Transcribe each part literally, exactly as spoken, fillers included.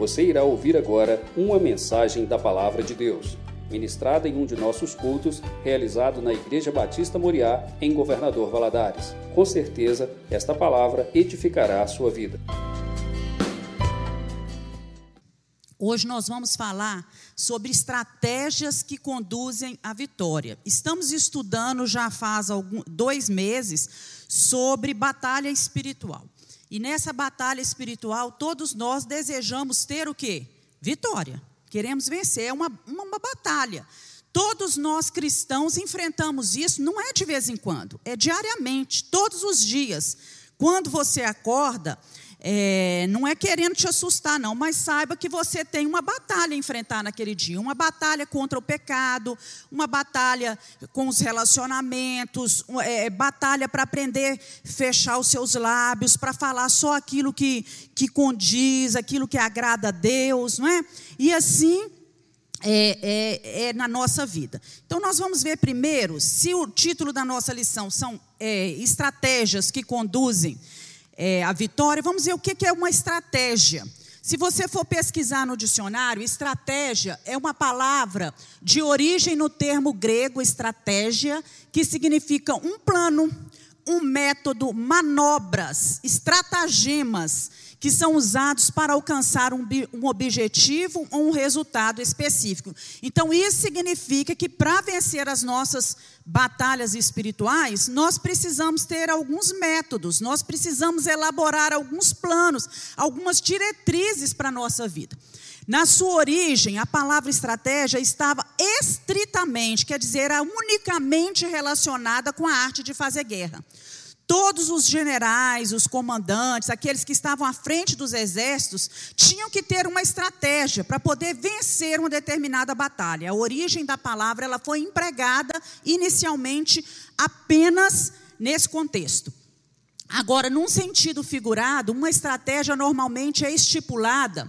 Você irá ouvir agora uma mensagem da Palavra de Deus, ministrada em um de nossos cultos, realizado na Igreja Batista Moriá, em Governador Valadares. Com certeza, esta palavra edificará a sua vida. Hoje nós vamos falar sobre estratégias que conduzem à vitória. Estamos estudando já faz algum, dois meses sobre batalha espiritual. E nessa batalha espiritual, todos nós desejamos ter o quê? Vitória. Queremos vencer, é uma, uma, uma batalha. Todos nós cristãos enfrentamos isso, não é de vez em quando, é diariamente, todos os dias. Quando você acorda, é, não é querendo te assustar não, mas saiba que você tem uma batalha a enfrentar naquele dia. Uma batalha contra o pecado, uma batalha com os relacionamentos, é, batalha para aprender a fechar os seus lábios, para falar só aquilo que, que condiz, aquilo que agrada a Deus, não é? E assim é, é, é na nossa vida. Então nós vamos ver primeiro, se o título da nossa lição são é, estratégias que conduzem É, a vitória, vamos ver o que é uma estratégia. Se você for pesquisar no dicionário, estratégia é uma palavra de origem no termo grego estratégia, que significa um plano, um método, manobras, estratagemas, que são usados para alcançar um, um objetivo ou um resultado específico. Então, isso significa que para vencer as nossas batalhas espirituais, nós precisamos ter alguns métodos, nós precisamos elaborar alguns planos, algumas diretrizes para a nossa vida. Na sua origem, a palavra estratégia estava estritamente, quer dizer, era unicamente relacionada com a arte de fazer guerra. Todos os generais, os comandantes, aqueles que estavam à frente dos exércitos, tinham que ter uma estratégia para poder vencer uma determinada batalha. A origem da palavra ela foi empregada inicialmente apenas nesse contexto. Agora, num sentido figurado, uma estratégia normalmente é estipulada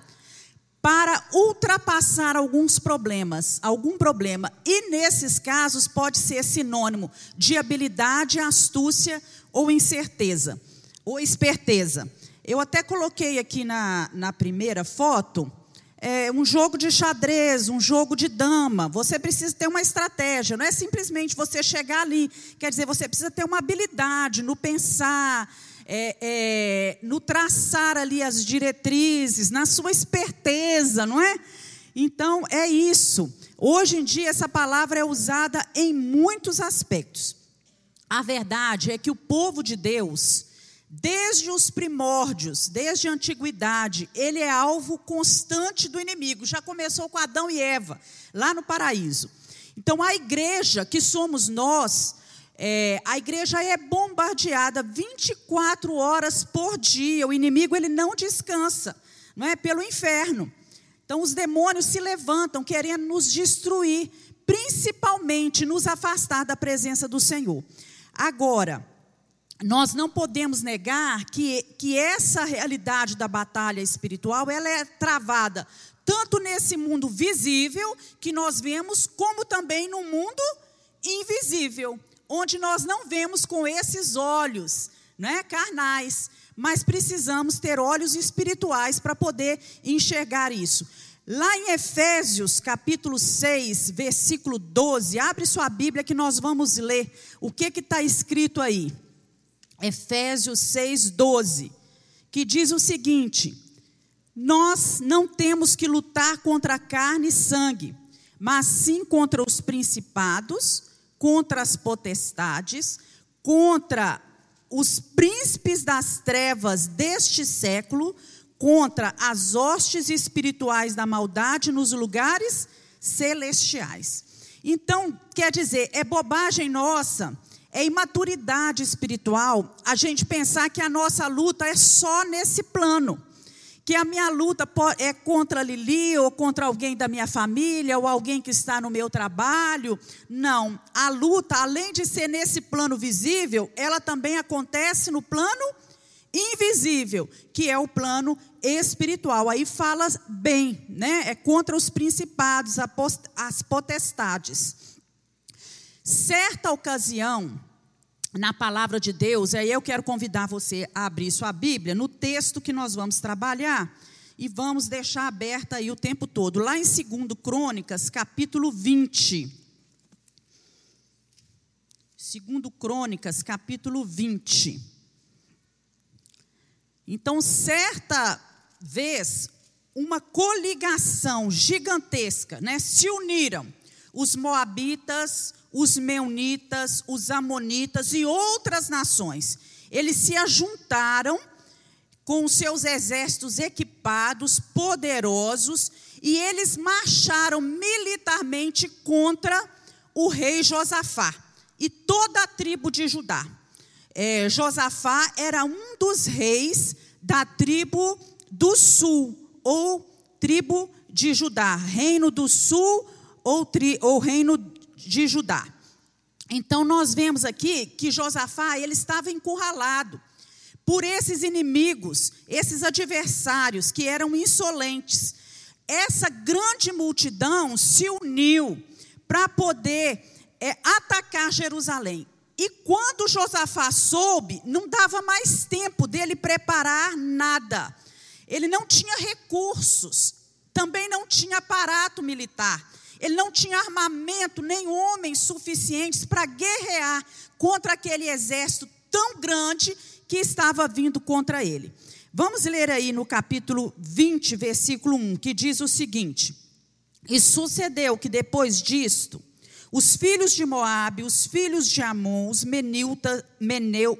para ultrapassar alguns problemas, algum problema. E nesses casos pode ser sinônimo de habilidade, astúcia ou incerteza, ou esperteza. Eu até coloquei aqui na, na primeira foto, é, um jogo de xadrez, um jogo de dama. Você precisa ter uma estratégia, não é simplesmente você chegar ali. Quer dizer, você precisa ter uma habilidade no pensar, é, é, no traçar ali as diretrizes, na sua esperteza, não é? Então, é isso. Hoje em dia, essa palavra é usada em muitos aspectos. A verdade é que o povo de Deus, desde os primórdios, desde a antiguidade, ele é alvo constante do inimigo. Já começou com Adão e Eva, lá no paraíso. Então, a igreja, que somos nós, é, a igreja é bombardeada vinte e quatro horas por dia. O inimigo ele não descansa, não é? Pelo inferno. Então, os demônios se levantam querendo nos destruir, principalmente nos afastar da presença do Senhor. Agora, nós não podemos negar que, que essa realidade da batalha espiritual, ela é travada tanto nesse mundo visível que nós vemos, como também no mundo invisível, onde nós não vemos com esses olhos, né, carnais, mas precisamos ter olhos espirituais para poder enxergar isso. Lá em Efésios, capítulo seis, versículo doze, abre sua Bíblia que nós vamos ler o que está escrito aí. Efésios seis, doze, que diz o seguinte: nós não temos que lutar contra carne e sangue, mas sim contra os principados, contra as potestades, contra os príncipes das trevas deste século, contra as hostes espirituais da maldade nos lugares celestiais. Então, quer dizer, é bobagem nossa, é imaturidade espiritual a gente pensar que a nossa luta é só nesse plano, que a minha luta é contra a Lili, ou contra alguém da minha família, ou alguém que está no meu trabalho. Não, a luta, além de ser nesse plano visível, ela também acontece no plano invisível, que é o plano espiritual. Aí fala bem, né? É contra os principados, as potestades. Certa ocasião, na palavra de Deus, aí eu quero convidar você a abrir sua Bíblia, no texto que nós vamos trabalhar, e vamos deixar aberta aí o tempo todo. Lá em Segundo Crônicas, capítulo vinte. Segundo Crônicas, capítulo vinte. Então, certa vez, uma coligação gigantesca, né, se uniram os moabitas, os meunitas, os amonitas e outras nações. Eles se ajuntaram com os seus exércitos equipados, poderosos, e eles marcharam militarmente contra o rei Josafá e toda a tribo de Judá. É, Josafá era um dos reis da tribo do sul, ou tribo de Judá, reino do sul ou, tri, ou reino de Judá. Então, nós vemos aqui que Josafá ele estava encurralado por esses inimigos, esses adversários que eram insolentes. Essa grande multidão se uniu para poder é, atacar Jerusalém. E quando Josafá soube, não dava mais tempo dele preparar nada. Ele não tinha recursos, também não tinha aparato militar. Ele não tinha armamento, nem homens suficientes para guerrear contra aquele exército tão grande que estava vindo contra ele. Vamos ler aí no capítulo vinte, versículo um, que diz o seguinte: e sucedeu que depois disto, os filhos de Moabe, os filhos de Amon, os Menilta, Meneu,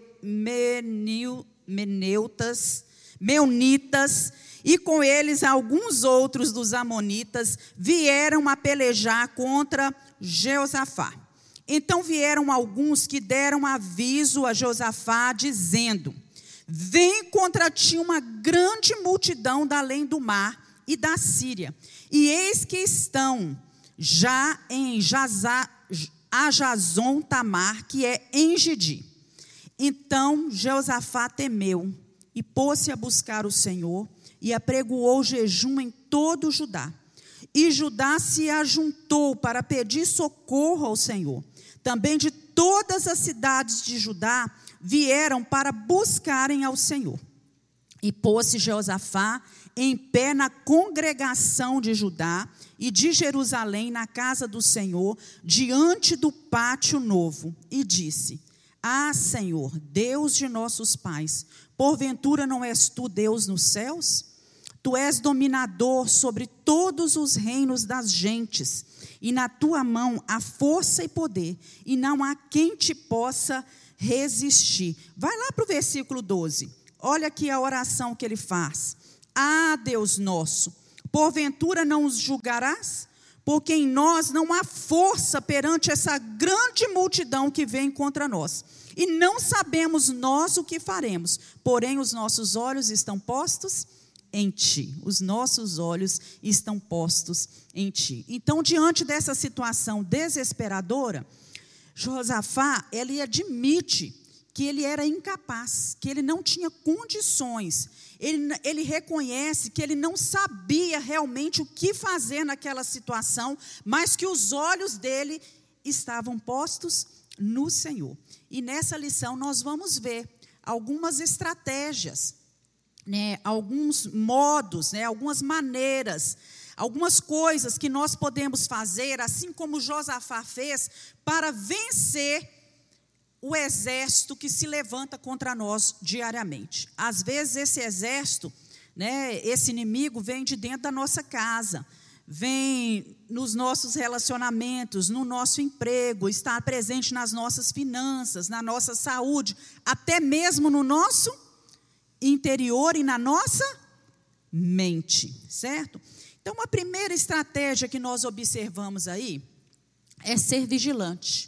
Menil, Meneutas, Meunitas, e com eles alguns outros dos amonitas, vieram a pelejar contra Josafá. Então vieram alguns que deram aviso a Josafá, dizendo: vem contra ti uma grande multidão da além do mar e da Síria, e eis que estão já em Jazá, Ajazon Tamar, que é em Gedi. Então Josafá temeu e pôs-se a buscar o Senhor e apregoou jejum em todo o Judá. E Judá se ajuntou para pedir socorro ao Senhor. Também de todas as cidades de Judá vieram para buscarem ao Senhor. E pôs-se Josafá em pé na congregação de Judá e de Jerusalém, na casa do Senhor, diante do pátio novo, e disse: ah, Senhor, Deus de nossos pais, porventura não és tu Deus nos céus? Tu és dominador sobre todos os reinos das gentes, e na tua mão há força e poder, e não há quem te possa resistir. Vai lá para o versículo doze, olha aqui a oração que ele faz. Ah, Deus nosso, porventura não os julgarás? Porque em nós não há força perante essa grande multidão que vem contra nós. E não sabemos nós o que faremos, porém os nossos olhos estão postos em ti. Os nossos olhos estão postos em ti. Então, diante dessa situação desesperadora, Josafá, ele admite que ele era incapaz, que ele não tinha condições. Ele, ele reconhece que ele não sabia realmente o que fazer naquela situação, mas que os olhos dele estavam postos no Senhor. E nessa lição nós vamos ver algumas estratégias, né, alguns modos, né, algumas maneiras, algumas coisas que nós podemos fazer, assim como Josafá fez, para vencer o exército que se levanta contra nós diariamente. Às vezes esse exército, né, esse inimigo vem de dentro da nossa casa, vem nos nossos relacionamentos, no nosso emprego, está presente nas nossas finanças, na nossa saúde, até mesmo no nosso interior e na nossa mente, certo? Então, a primeira estratégia que nós observamos aí é ser vigilante.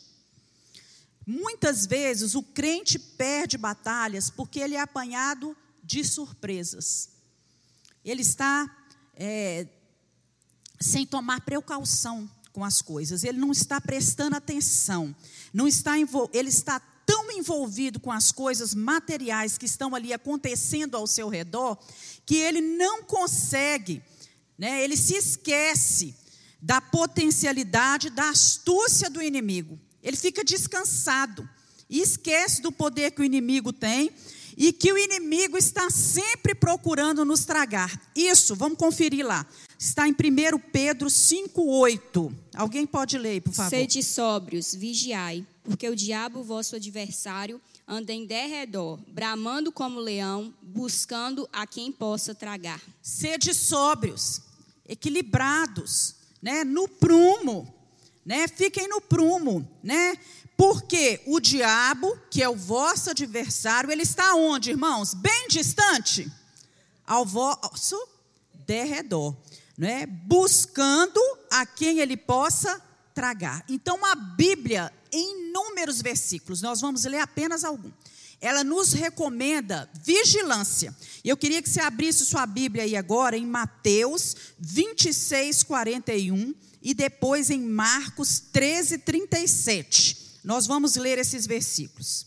Muitas vezes o crente perde batalhas porque ele é apanhado de surpresas. Ele está é, sem tomar precaução com as coisas. Ele não está prestando atenção. Não está, ele está tão envolvido com as coisas materiais que estão ali acontecendo ao seu redor, que ele não consegue, né, ele se esquece da potencialidade, da astúcia do inimigo. Ele fica descansado e esquece do poder que o inimigo tem e que o inimigo está sempre procurando nos tragar. Isso, vamos conferir lá. Está em primeiro Pedro cinco, oito. Alguém pode ler, por favor? Sede sóbrios, vigiai, porque o diabo, vosso adversário, anda em derredor, bramando como leão, buscando a quem possa tragar. Sede sóbrios, equilibrados, né? No prumo, né? Fiquem no prumo, né? Porque o diabo, que é o vosso adversário, ele está onde, irmãos? Bem distante ao vosso derredor, né? Buscando a quem ele possa tragar. Então, a Bíblia, em inúmeros versículos, nós vamos ler apenas algum. Ela nos recomenda vigilância. E eu queria que você abrisse sua Bíblia aí agora em Mateus vinte e seis, quarenta e um e depois em Marcos treze, trinta e sete. Nós vamos ler esses versículos.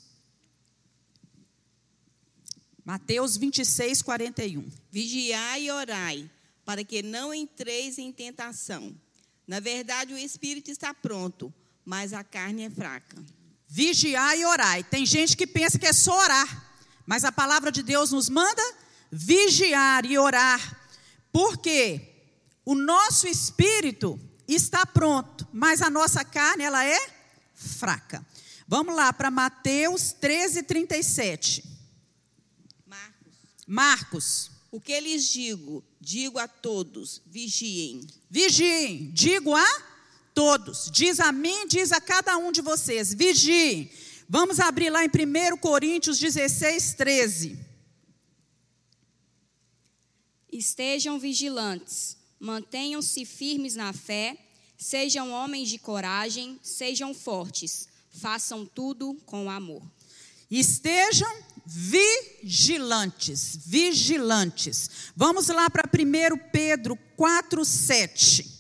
Mateus vinte e seis, quarenta e um. Vigiai e orai, para que não entreis em tentação. Na verdade, o espírito está pronto, mas a carne é fraca. Vigiai e orai. Tem gente que pensa que é só orar, mas a palavra de Deus nos manda vigiar e orar, porque o nosso espírito está pronto, mas a nossa carne, ela é fraca. Vamos lá para Mateus treze, trinta e sete. Marcos. Marcos. O que lhes digo? Digo a todos, vigiem. Vigiem, digo a todos. Diz a mim, diz a cada um de vocês, vigiem. Vamos abrir lá em primeiro Coríntios dezesseis, treze. Estejam vigilantes, mantenham-se firmes na fé, sejam homens de coragem, sejam fortes, façam tudo com amor. Estejam vigilantes, vigilantes. Vamos lá para primeiro Pedro quatro, sete.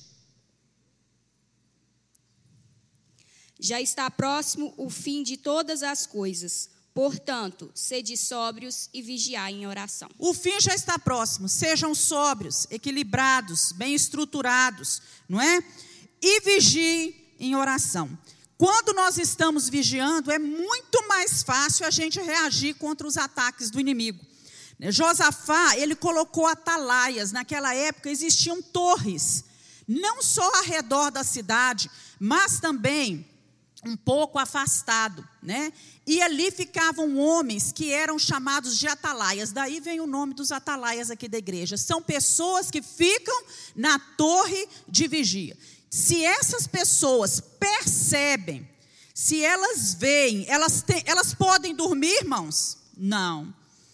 Já está próximo o fim de todas as coisas. Portanto, sede sóbrios e vigiai em oração. O fim já está próximo. Sejam sóbrios, equilibrados, bem estruturados, não é? E vigiem em oração. Quando nós estamos vigiando, é muito mais fácil a gente reagir contra os ataques do inimigo. Josafá, ele colocou atalaias. Naquela época existiam torres, não só ao redor da cidade, mas também um pouco afastado, né? E ali ficavam homens que eram chamados de atalaias. Daí vem o nome dos atalaias aqui da igreja. São pessoas que ficam na torre de vigia. Se essas pessoas percebem, se elas veem, elas, têm, elas podem dormir, irmãos? Não.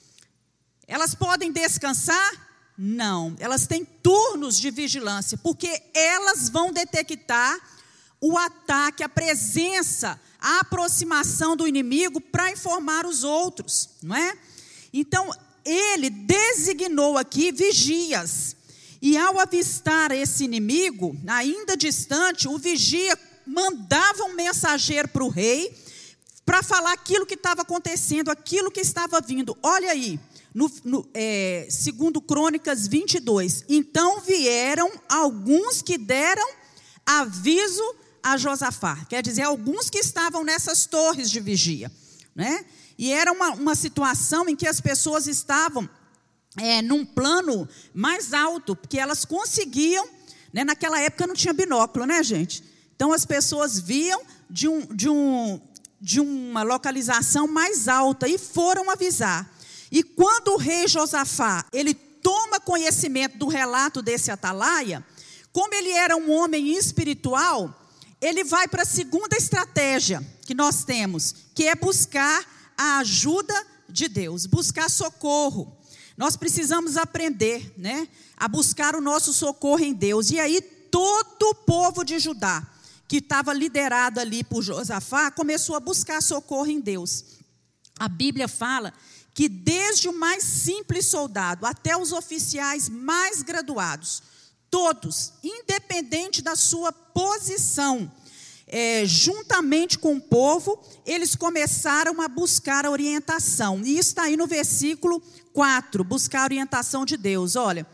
Elas podem descansar? Não. Elas têm turnos de vigilância, porque elas vão detectar o ataque, a presença, a aproximação do inimigo para informar os outros, não é? Então, ele designou aqui vigias. E ao avistar esse inimigo, ainda distante, o vigia mandava um mensageiro para o rei, para falar aquilo que estava acontecendo, aquilo que estava vindo. Olha aí, no, no, é, segundo Crônicas vinte e dois. Então vieram alguns que deram aviso a Josafá. Quer dizer, alguns que estavam nessas torres de vigia, né? E era uma, uma situação em que as pessoas estavam É, num plano mais alto, porque elas conseguiam, né, naquela época não tinha binóculo, né, gente? Então as pessoas viam de, um, de, um, de uma localização mais alta e foram avisar. E quando o rei Josafá, ele toma conhecimento do relato desse atalaia, como ele era um homem espiritual, ele vai para a segunda estratégia que nós temos, que é buscar a ajuda de Deus, buscar socorro. Nós precisamos aprender, né, a buscar o nosso socorro em Deus. E aí todo o povo de Judá, que estava liderado ali por Josafá, começou a buscar socorro em Deus. A Bíblia fala que desde o mais simples soldado até os oficiais mais graduados, todos, independente da sua posição, é, juntamente com o povo, eles começaram a buscar a orientação. E isso está aí no versículo quatro, buscar a orientação de Deus. Olha,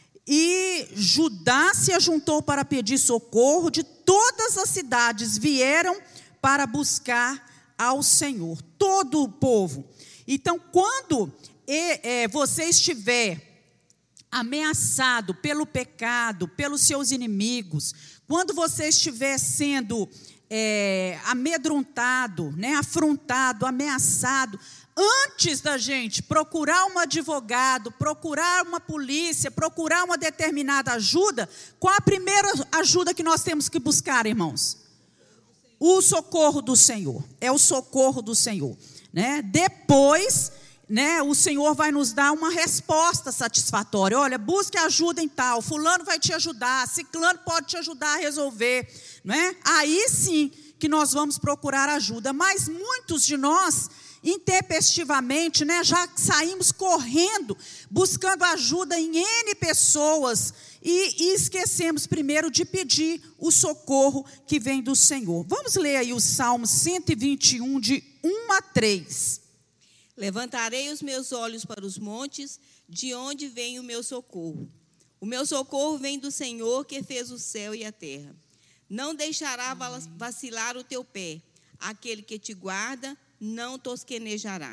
e Judá se ajuntou para pedir socorro, de todas as cidades vieram para buscar ao Senhor, todo o povo. Então, quando é, é, você estiver ameaçado pelo pecado, pelos seus inimigos, quando você estiver sendo é, amedrontado, né, afrontado, ameaçado, antes da gente procurar um advogado, procurar uma polícia, procurar uma determinada ajuda, qual a primeira ajuda que nós temos que buscar, irmãos? O socorro do Senhor, é o socorro do Senhor, né? Depois, né, o Senhor vai nos dar uma resposta satisfatória. Olha, busque ajuda em tal, fulano vai te ajudar, ciclano pode te ajudar a resolver, não é? Aí sim que nós vamos procurar ajuda. Mas muitos de nós, intempestivamente, né, já saímos correndo, buscando ajuda em N pessoas, e, e esquecemos primeiro de pedir o socorro que vem do Senhor. Vamos ler aí o Salmo cento e vinte e um, de um a três. Levantarei os meus olhos para os montes, de onde vem o meu socorro. O meu socorro vem do Senhor, que fez o céu e a terra. Não deixará vacilar o teu pé. Aquele que te guarda não tosquenejará.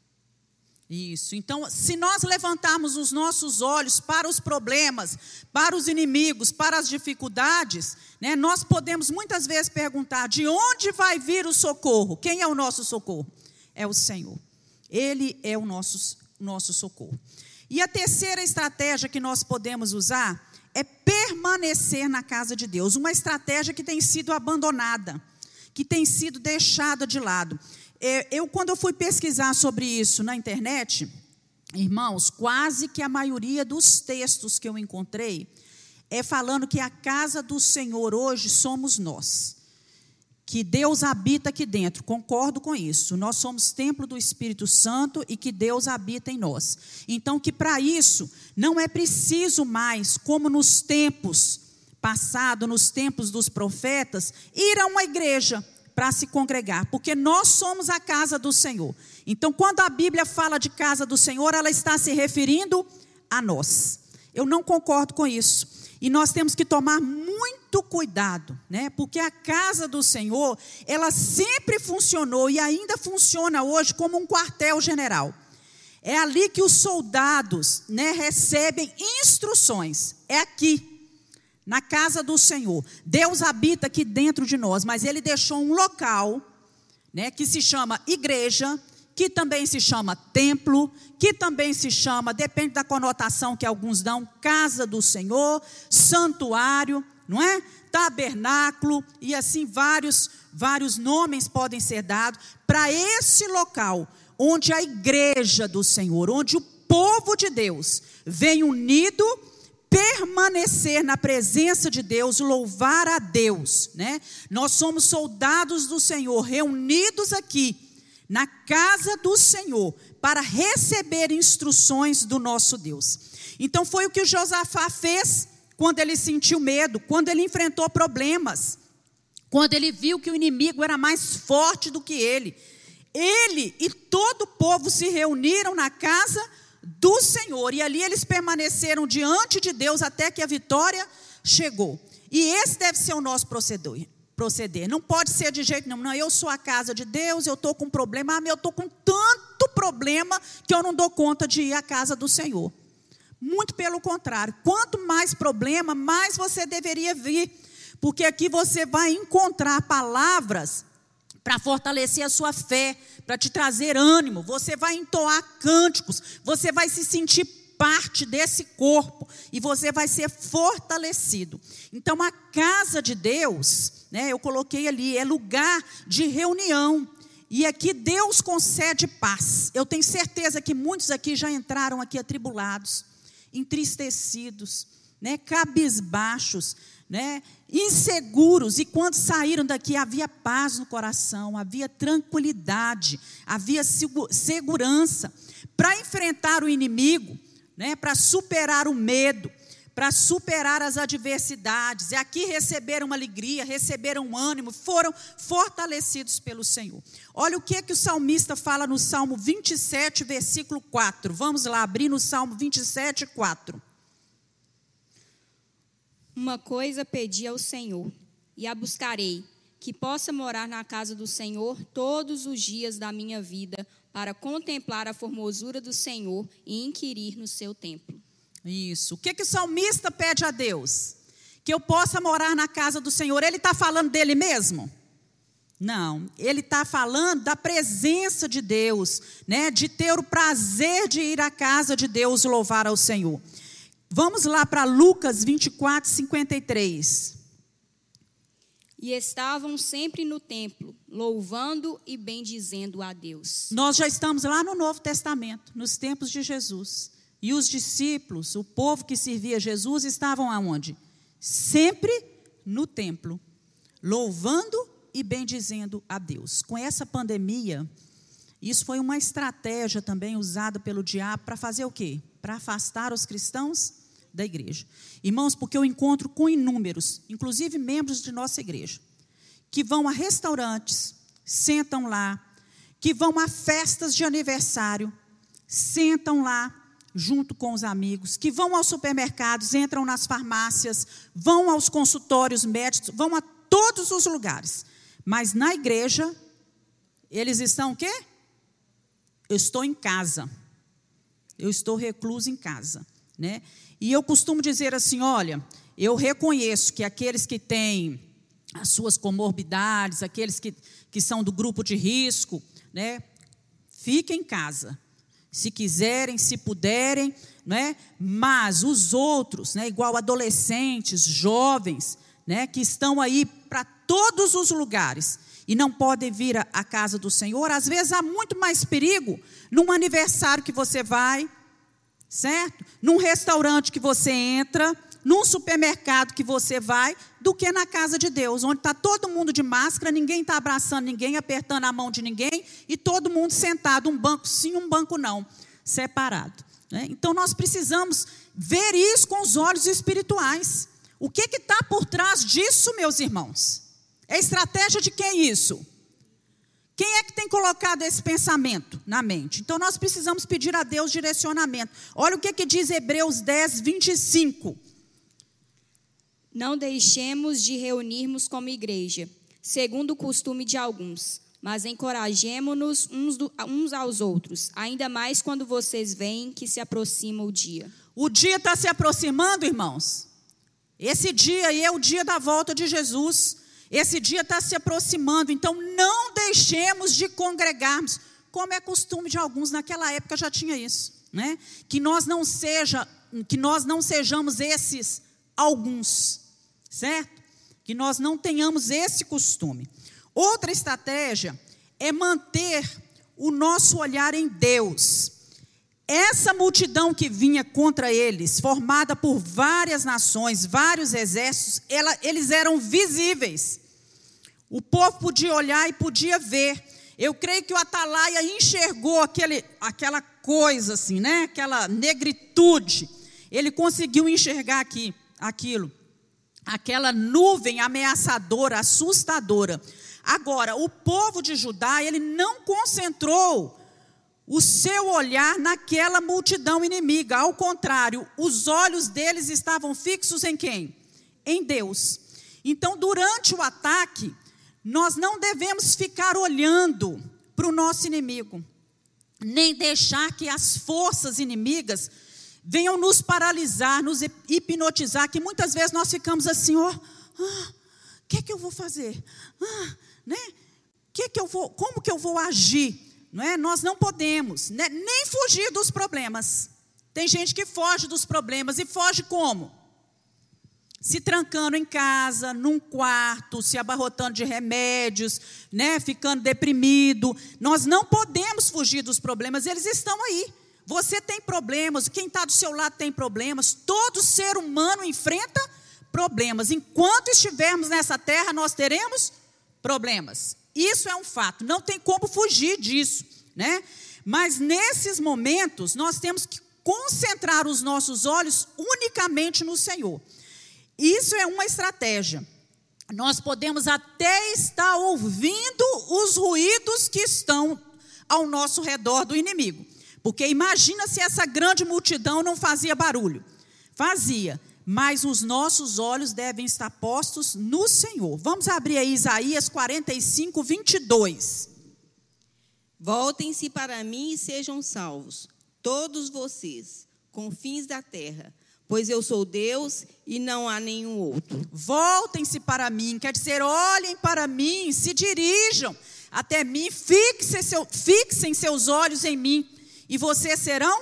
Isso. Então, se nós levantarmos os nossos olhos para os problemas, para os inimigos, para as dificuldades, né, nós podemos muitas vezes perguntar: de onde vai vir o socorro? Quem é o nosso socorro? É o Senhor. Ele é o nosso, nosso socorro. E a terceira estratégia que nós podemos usar é permanecer na casa de Deus. Uma estratégia que tem sido abandonada, que tem sido deixada de lado. Eu, quando eu fui pesquisar sobre isso na internet, irmãos, quase que a maioria dos textos que eu encontrei é falando que a casa do Senhor hoje somos nós. Que Deus habita aqui dentro, concordo com isso. Nós somos templo do Espírito Santo e que Deus habita em nós. Então, que para isso não é preciso mais, como nos tempos passados, nos tempos dos profetas, ir a uma igreja para se congregar, porque nós somos a casa do Senhor. Então, quando a Bíblia fala de casa do Senhor, ela está se referindo a nós. Eu não concordo com isso. E nós temos que tomar muito cuidado, né? Porque a casa do Senhor, ela sempre funcionou e ainda funciona hoje como um quartel-general. É ali que os soldados, né, recebem instruções. É aqui, na casa do Senhor. Deus habita aqui dentro de nós, mas Ele deixou um local, né, que se chama igreja, que também se chama templo, que também se chama, depende da conotação que alguns dão, casa do Senhor, santuário, não é? Tabernáculo, e assim vários, vários nomes podem ser dados para esse local, onde a igreja do Senhor, onde o povo de Deus vem unido, permanecer na presença de Deus, louvar a Deus, né? Nós somos soldados do Senhor, reunidos aqui, na casa do Senhor, para receber instruções do nosso Deus. Então foi o que o Josafá fez quando ele sentiu medo, quando ele enfrentou problemas, quando ele viu que o inimigo era mais forte do que ele. Ele e todo o povo se reuniram na casa do Senhor, e ali eles permaneceram diante de Deus até que a vitória chegou. E esse deve ser o nosso proceder. proceder. Não pode ser de jeito nenhum. Não, eu sou a casa de Deus, eu estou com problema, ah, eu estou com tanto problema que eu não dou conta de ir à casa do Senhor. Muito pelo contrário, quanto mais problema, mais você deveria vir, porque aqui você vai encontrar palavras para fortalecer a sua fé, para te trazer ânimo, você vai entoar cânticos, você vai se sentir parte desse corpo e você vai ser fortalecido. Então a casa de Deus, né, eu coloquei ali, é lugar de reunião, e aqui Deus concede paz. Eu tenho certeza que muitos aqui já entraram aqui atribulados, entristecidos, né, cabisbaixos, né, inseguros, e quando saíram daqui havia paz no coração, havia tranquilidade, havia segurança para enfrentar o inimigo, né, para superar o medo, para superar as adversidades. E aqui receberam uma alegria, receberam um ânimo, foram fortalecidos pelo Senhor. Olha o que é que o salmista fala no Salmo vinte e sete, versículo quatro. Vamos lá, abrir no Salmo vinte e sete, quatro. Uma coisa pedi ao Senhor, e a buscarei, que possa morar na casa do Senhor todos os dias da minha vida, para contemplar a formosura do Senhor e inquirir no seu templo. Isso. O que, que o salmista pede a Deus? Que eu possa morar na casa do Senhor. Ele está falando dele mesmo? Não. Ele está falando da presença de Deus, né? De ter o prazer de ir à casa de Deus louvar ao Senhor. Vamos lá para Lucas vinte e quatro, cinquenta e três. E estavam sempre no templo, louvando e bendizendo a Deus. Nós já estamos lá no Novo Testamento, nos tempos de Jesus. E os discípulos, o povo que servia Jesus, estavam aonde? Sempre no templo, louvando e bendizendo a Deus. Com essa pandemia, isso foi uma estratégia também usada pelo diabo para fazer o quê? Para afastar os cristãos da igreja. Irmãos, porque eu encontro com inúmeros, inclusive membros de nossa igreja, que vão a restaurantes, sentam lá, que vão a festas de aniversário, sentam lá junto com os amigos, que vão aos supermercados, entram nas farmácias, vão aos consultórios médicos, vão a todos os lugares. Mas na igreja, eles estão o quê? Eu estou em casa. Eu estou recluso em casa, né? E eu costumo dizer assim, olha, eu reconheço que aqueles que têm as suas comorbidades, aqueles que, que são do grupo de risco, né, fiquem em casa, se quiserem, se puderem, né, mas os outros, né, igual adolescentes, jovens, né, que estão aí para todos os lugares e não podem vir à casa do Senhor, às vezes há muito mais perigo num aniversário que você vai, certo? Num restaurante que você entra, num supermercado que você vai, do que na casa de Deus, onde está todo mundo de máscara, ninguém está abraçando ninguém, apertando a mão de ninguém, e todo mundo sentado, um banco sim, um banco não, separado, né? Então nós precisamos ver isso com os olhos espirituais. O que está por trás disso, meus irmãos? É estratégia de quem isso? Quem é que tem colocado esse pensamento na mente? Então, nós precisamos pedir a Deus direcionamento. Olha o que, que diz Hebreus dez, vinte e cinco. Não deixemos de reunirmos como igreja, segundo o costume de alguns, mas encorajemo-nos uns, do, uns aos outros, ainda mais quando vocês veem que se aproxima o dia. O dia está se aproximando, irmãos? Esse dia aí é o dia da volta de Jesus. Esse dia está se aproximando, então não deixemos de congregarmos, como é costume de alguns, naquela época já tinha isso, né? Que nós não seja, que nós não sejamos esses alguns, certo? Que nós não tenhamos esse costume. Outra estratégia é manter o nosso olhar em Deus. Essa multidão que vinha contra eles, formada por várias nações, vários exércitos, ela, eles eram visíveis. O povo podia olhar e podia ver. Eu creio que o Atalaia enxergou aquele, aquela coisa assim, né? Aquela negritude. Ele conseguiu enxergar aqui, aquilo. Aquela nuvem ameaçadora, assustadora. Agora, o povo de Judá, ele não concentrou o seu olhar naquela multidão inimiga. Ao contrário, os olhos deles estavam fixos em quem? Em Deus. Então, durante o ataque, nós não devemos ficar olhando para o nosso inimigo, nem deixar que as forças inimigas venham nos paralisar, nos hipnotizar, que muitas vezes nós ficamos assim, ó, ah, o que é que eu vou fazer? Ah, né? Que que eu vou, como que eu vou agir? Não é? Nós não podemos, né, nem fugir dos problemas. Tem gente que foge dos problemas, e foge como? Se trancando em casa, num quarto, se abarrotando de remédios, né, ficando deprimido. Nós não podemos fugir dos problemas, eles estão aí. Você tem problemas, quem está do seu lado tem problemas, todo ser humano enfrenta problemas. Enquanto estivermos nessa terra, nós teremos problemas. Isso é um fato, não tem como fugir disso, né? Mas nesses momentos, nós temos que concentrar os nossos olhos unicamente no Senhor. Isso é uma estratégia. Nós podemos até estar ouvindo os ruídos que estão ao nosso redor do inimigo. Porque imagina se essa grande multidão não fazia barulho. Fazia, mas os nossos olhos devem estar postos no Senhor. Vamos abrir aí Isaías quarenta e cinco, vinte e dois. Voltem-se para mim e sejam salvos, todos vocês, confins da terra, pois eu sou Deus e não há nenhum outro. Voltem-se para mim, quer dizer, olhem para mim, se dirijam até mim, fixem, seu, fixem seus olhos em mim, e vocês serão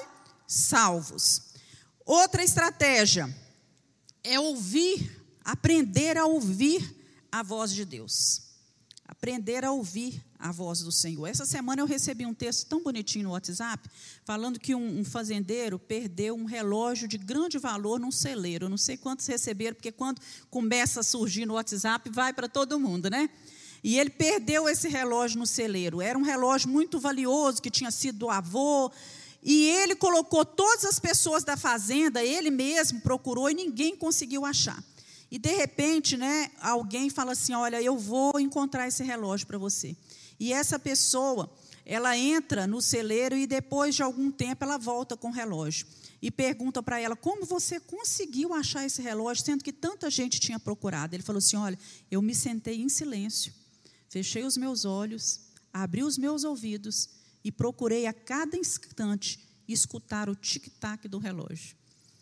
salvos. Outra estratégia é ouvir, aprender a ouvir a voz de Deus. Aprender a ouvir a voz do Senhor. Essa semana eu recebi um texto tão bonitinho no WhatsApp, falando que um, um fazendeiro perdeu um relógio de grande valor num celeiro. Eu não sei quantos receberam, porque quando começa a surgir no WhatsApp, vai para todo mundo, né? E ele perdeu esse relógio no celeiro. Era um relógio muito valioso, que tinha sido do avô, e ele colocou todas as pessoas da fazenda, ele mesmo procurou, e ninguém conseguiu achar. E, de repente, né, alguém fala assim, olha, eu vou encontrar esse relógio para você. E essa pessoa, ela entra no celeiro e, depois de algum tempo, ela volta com o relógio. E pergunta para ela, como você conseguiu achar esse relógio, sendo que tanta gente tinha procurado? Ele falou assim, olha, eu me sentei em silêncio, fechei os meus olhos, abri os meus ouvidos e procurei a cada instante escutar o tic-tac do relógio.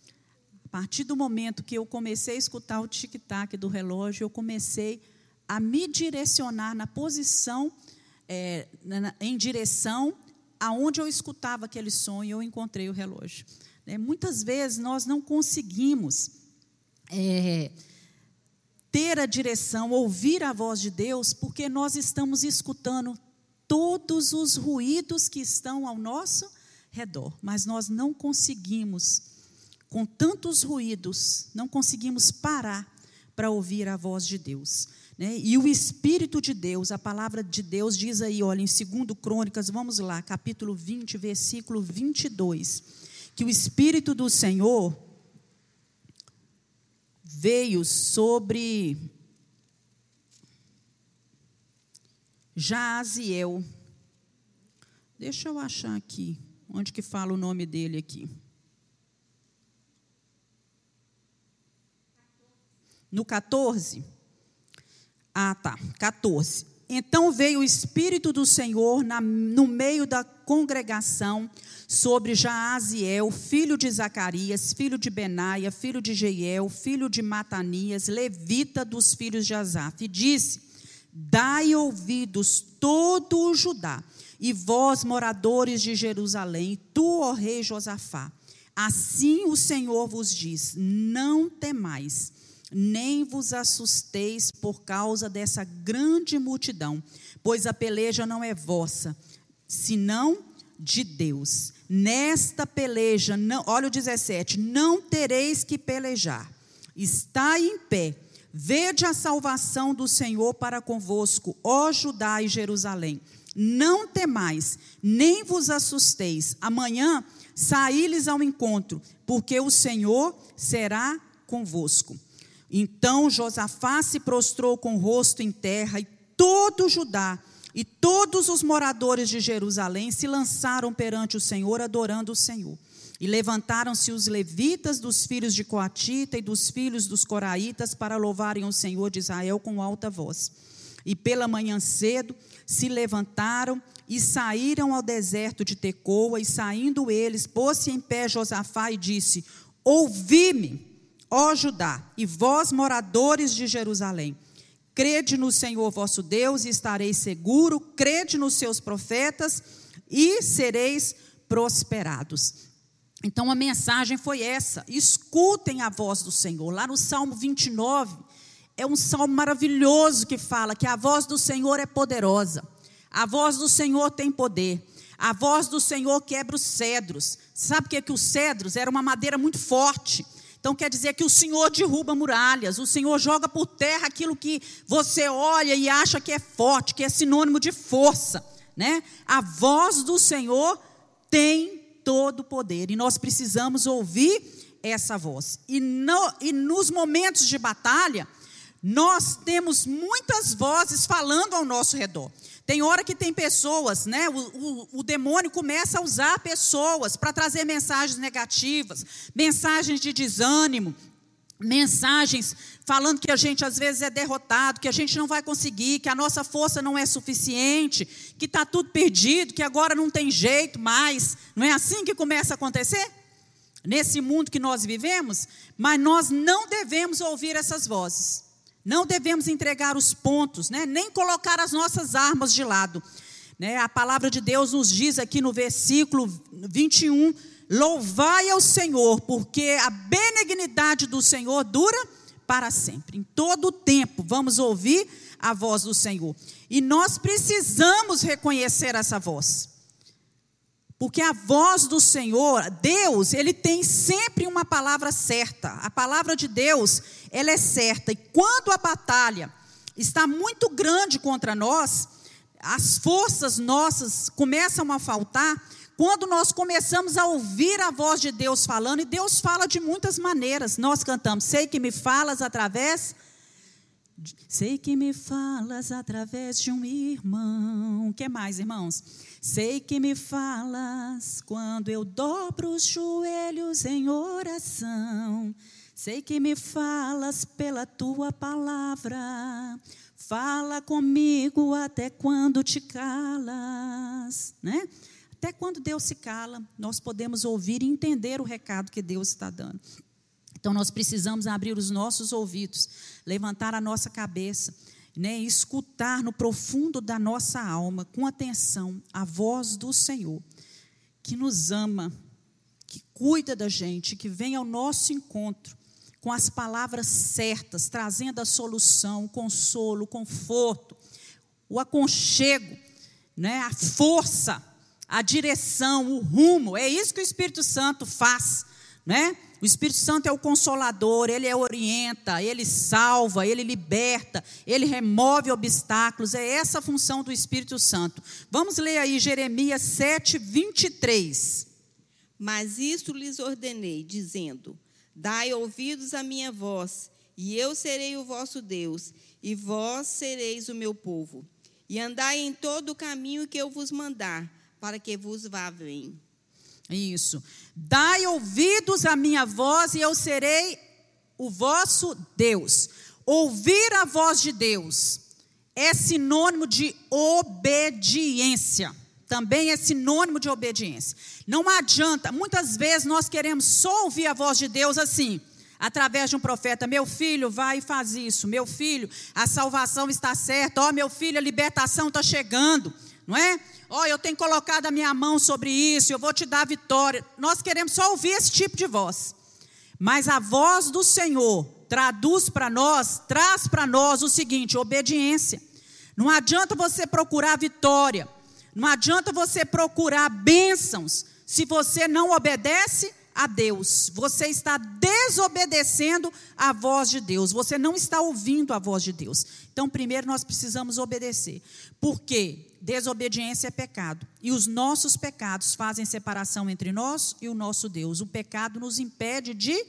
A partir do momento que eu comecei a escutar o tic-tac do relógio, eu comecei a me direcionar na posição, é, na, em direção aonde eu escutava aquele som, e eu encontrei o relógio. É, muitas vezes nós não conseguimos é, ter a direção, ouvir a voz de Deus, porque nós estamos escutando todos os ruídos que estão ao nosso redor, mas nós não conseguimos, com tantos ruídos, não conseguimos parar para ouvir a voz de Deus, né? E o Espírito de Deus, a palavra de Deus diz aí, olha, em Segundo Crônicas, vamos lá, capítulo vinte, versículo vinte e dois, que o Espírito do Senhor veio sobre Jaaziel. Deixa eu achar aqui, onde que fala o nome dele aqui. No catorze? Ah, tá, catorze. Então veio o Espírito do Senhor na, no meio da congregação sobre Jaaziel, filho de Zacarias, filho de Benaia, filho de Jeiel, filho de Matanias, levita dos filhos de Asaf, e disse, dai ouvidos todo o Judá, e vós, moradores de Jerusalém, tu, ó rei Josafá, assim o Senhor vos diz, não temais, nem vos assusteis por causa dessa grande multidão, pois a peleja não é vossa, senão de Deus. Nesta peleja, não, olha o dezessete, não tereis que pelejar, estai em pé, vede a salvação do Senhor para convosco, ó Judá e Jerusalém. Não temais, nem vos assusteis, amanhã saí-lhes ao encontro, porque o Senhor será convosco. Então Josafá se prostrou com o rosto em terra, e todo Judá e todos os moradores de Jerusalém se lançaram perante o Senhor, adorando o Senhor. E levantaram-se os levitas dos filhos de Coatita e dos filhos dos coraitas para louvarem o Senhor de Israel com alta voz. E pela manhã cedo se levantaram e saíram ao deserto de Tecoa, e saindo eles, pôs-se em pé Josafá e disse, ouvi-me, ó Judá, e vós, moradores de Jerusalém, crede no Senhor vosso Deus e estareis seguro, crede nos seus profetas e sereis prosperados. Então a mensagem foi essa, escutem a voz do Senhor. Lá no Salmo vinte e nove, é um salmo maravilhoso que fala que a voz do Senhor é poderosa, a voz do Senhor tem poder, a voz do Senhor quebra os cedros. Sabe o que é que os cedros? Era uma madeira muito forte. Então quer dizer que o Senhor derruba muralhas, o Senhor joga por terra aquilo que você olha e acha que é forte, que é sinônimo de força, né? A voz do Senhor tem todo o poder, e nós precisamos ouvir essa voz. E, no, e nos momentos de batalha, nós temos muitas vozes falando ao nosso redor. Tem hora que tem pessoas, né? O, o, o demônio começa a usar pessoas para trazer mensagens negativas, mensagens de desânimo, mensagens falando que a gente às vezes é derrotado, que a gente não vai conseguir, que a nossa força não é suficiente, que está tudo perdido, que agora não tem jeito mais. Não é assim que começa a acontecer? Nesse mundo que nós vivemos? Mas nós não devemos ouvir essas vozes. Não devemos entregar os pontos, né? Nem colocar as nossas armas de lado. Né? A palavra de Deus nos diz aqui no versículo vinte e um, louvai ao Senhor, porque a benignidade do Senhor dura para sempre. Em todo o tempo vamos ouvir a voz do Senhor. E nós precisamos reconhecer essa voz. Porque a voz do Senhor, Deus, Ele tem sempre uma palavra certa. A palavra de Deus, ela é certa. E quando a batalha está muito grande contra nós, as forças nossas começam a faltar, quando nós começamos a ouvir a voz de Deus falando, e Deus fala de muitas maneiras. Nós cantamos, sei que me falas através... Sei que me falas através de um irmão. O que mais, irmãos? Sei que me falas quando eu dobro os joelhos em oração. Sei que me falas pela tua palavra. Fala comigo até quando te calas, né? Até quando Deus se cala, nós podemos ouvir e entender o recado que Deus está dando. Então, nós precisamos abrir os nossos ouvidos, levantar a nossa cabeça, né, e escutar no profundo da nossa alma, com atenção, a voz do Senhor, que nos ama, que cuida da gente, que vem ao nosso encontro, com as palavras certas, trazendo a solução, o consolo, o conforto, o aconchego, né, a força, a direção, o rumo. É isso que o Espírito Santo faz, né? O Espírito Santo é o consolador, ele orienta, ele salva, ele liberta, ele remove obstáculos. É essa a função do Espírito Santo. Vamos ler aí Jeremias sete, vinte e três. Mas isto lhes ordenei, dizendo, dai ouvidos à minha voz, e eu serei o vosso Deus, e vós sereis o meu povo. E andai em todo o caminho que eu vos mandar, para que vos vá bem. Isso. Dai ouvidos à minha voz e eu serei o vosso Deus. Ouvir a voz de Deus é sinônimo de obediência. Também é sinônimo de obediência. Não adianta, muitas vezes nós queremos só ouvir a voz de Deus assim, através de um profeta. Meu filho, vai e faz isso. Meu filho, a salvação está certa. Ó, oh, meu filho, a libertação está chegando. Não é? Ó, oh, eu tenho colocado a minha mão sobre isso, eu vou te dar vitória. Nós queremos só ouvir esse tipo de voz. Mas a voz do Senhor traduz para nós, traz para nós o seguinte, obediência. Não adianta você procurar vitória, não adianta você procurar bênçãos, se você não obedece a Deus. Você está desobedecendo a voz de Deus, você não está ouvindo a voz de Deus. Então, primeiro nós precisamos obedecer. Por quê? Desobediência é pecado. E os nossos pecados fazem separação entre nós e o nosso Deus. O pecado nos impede de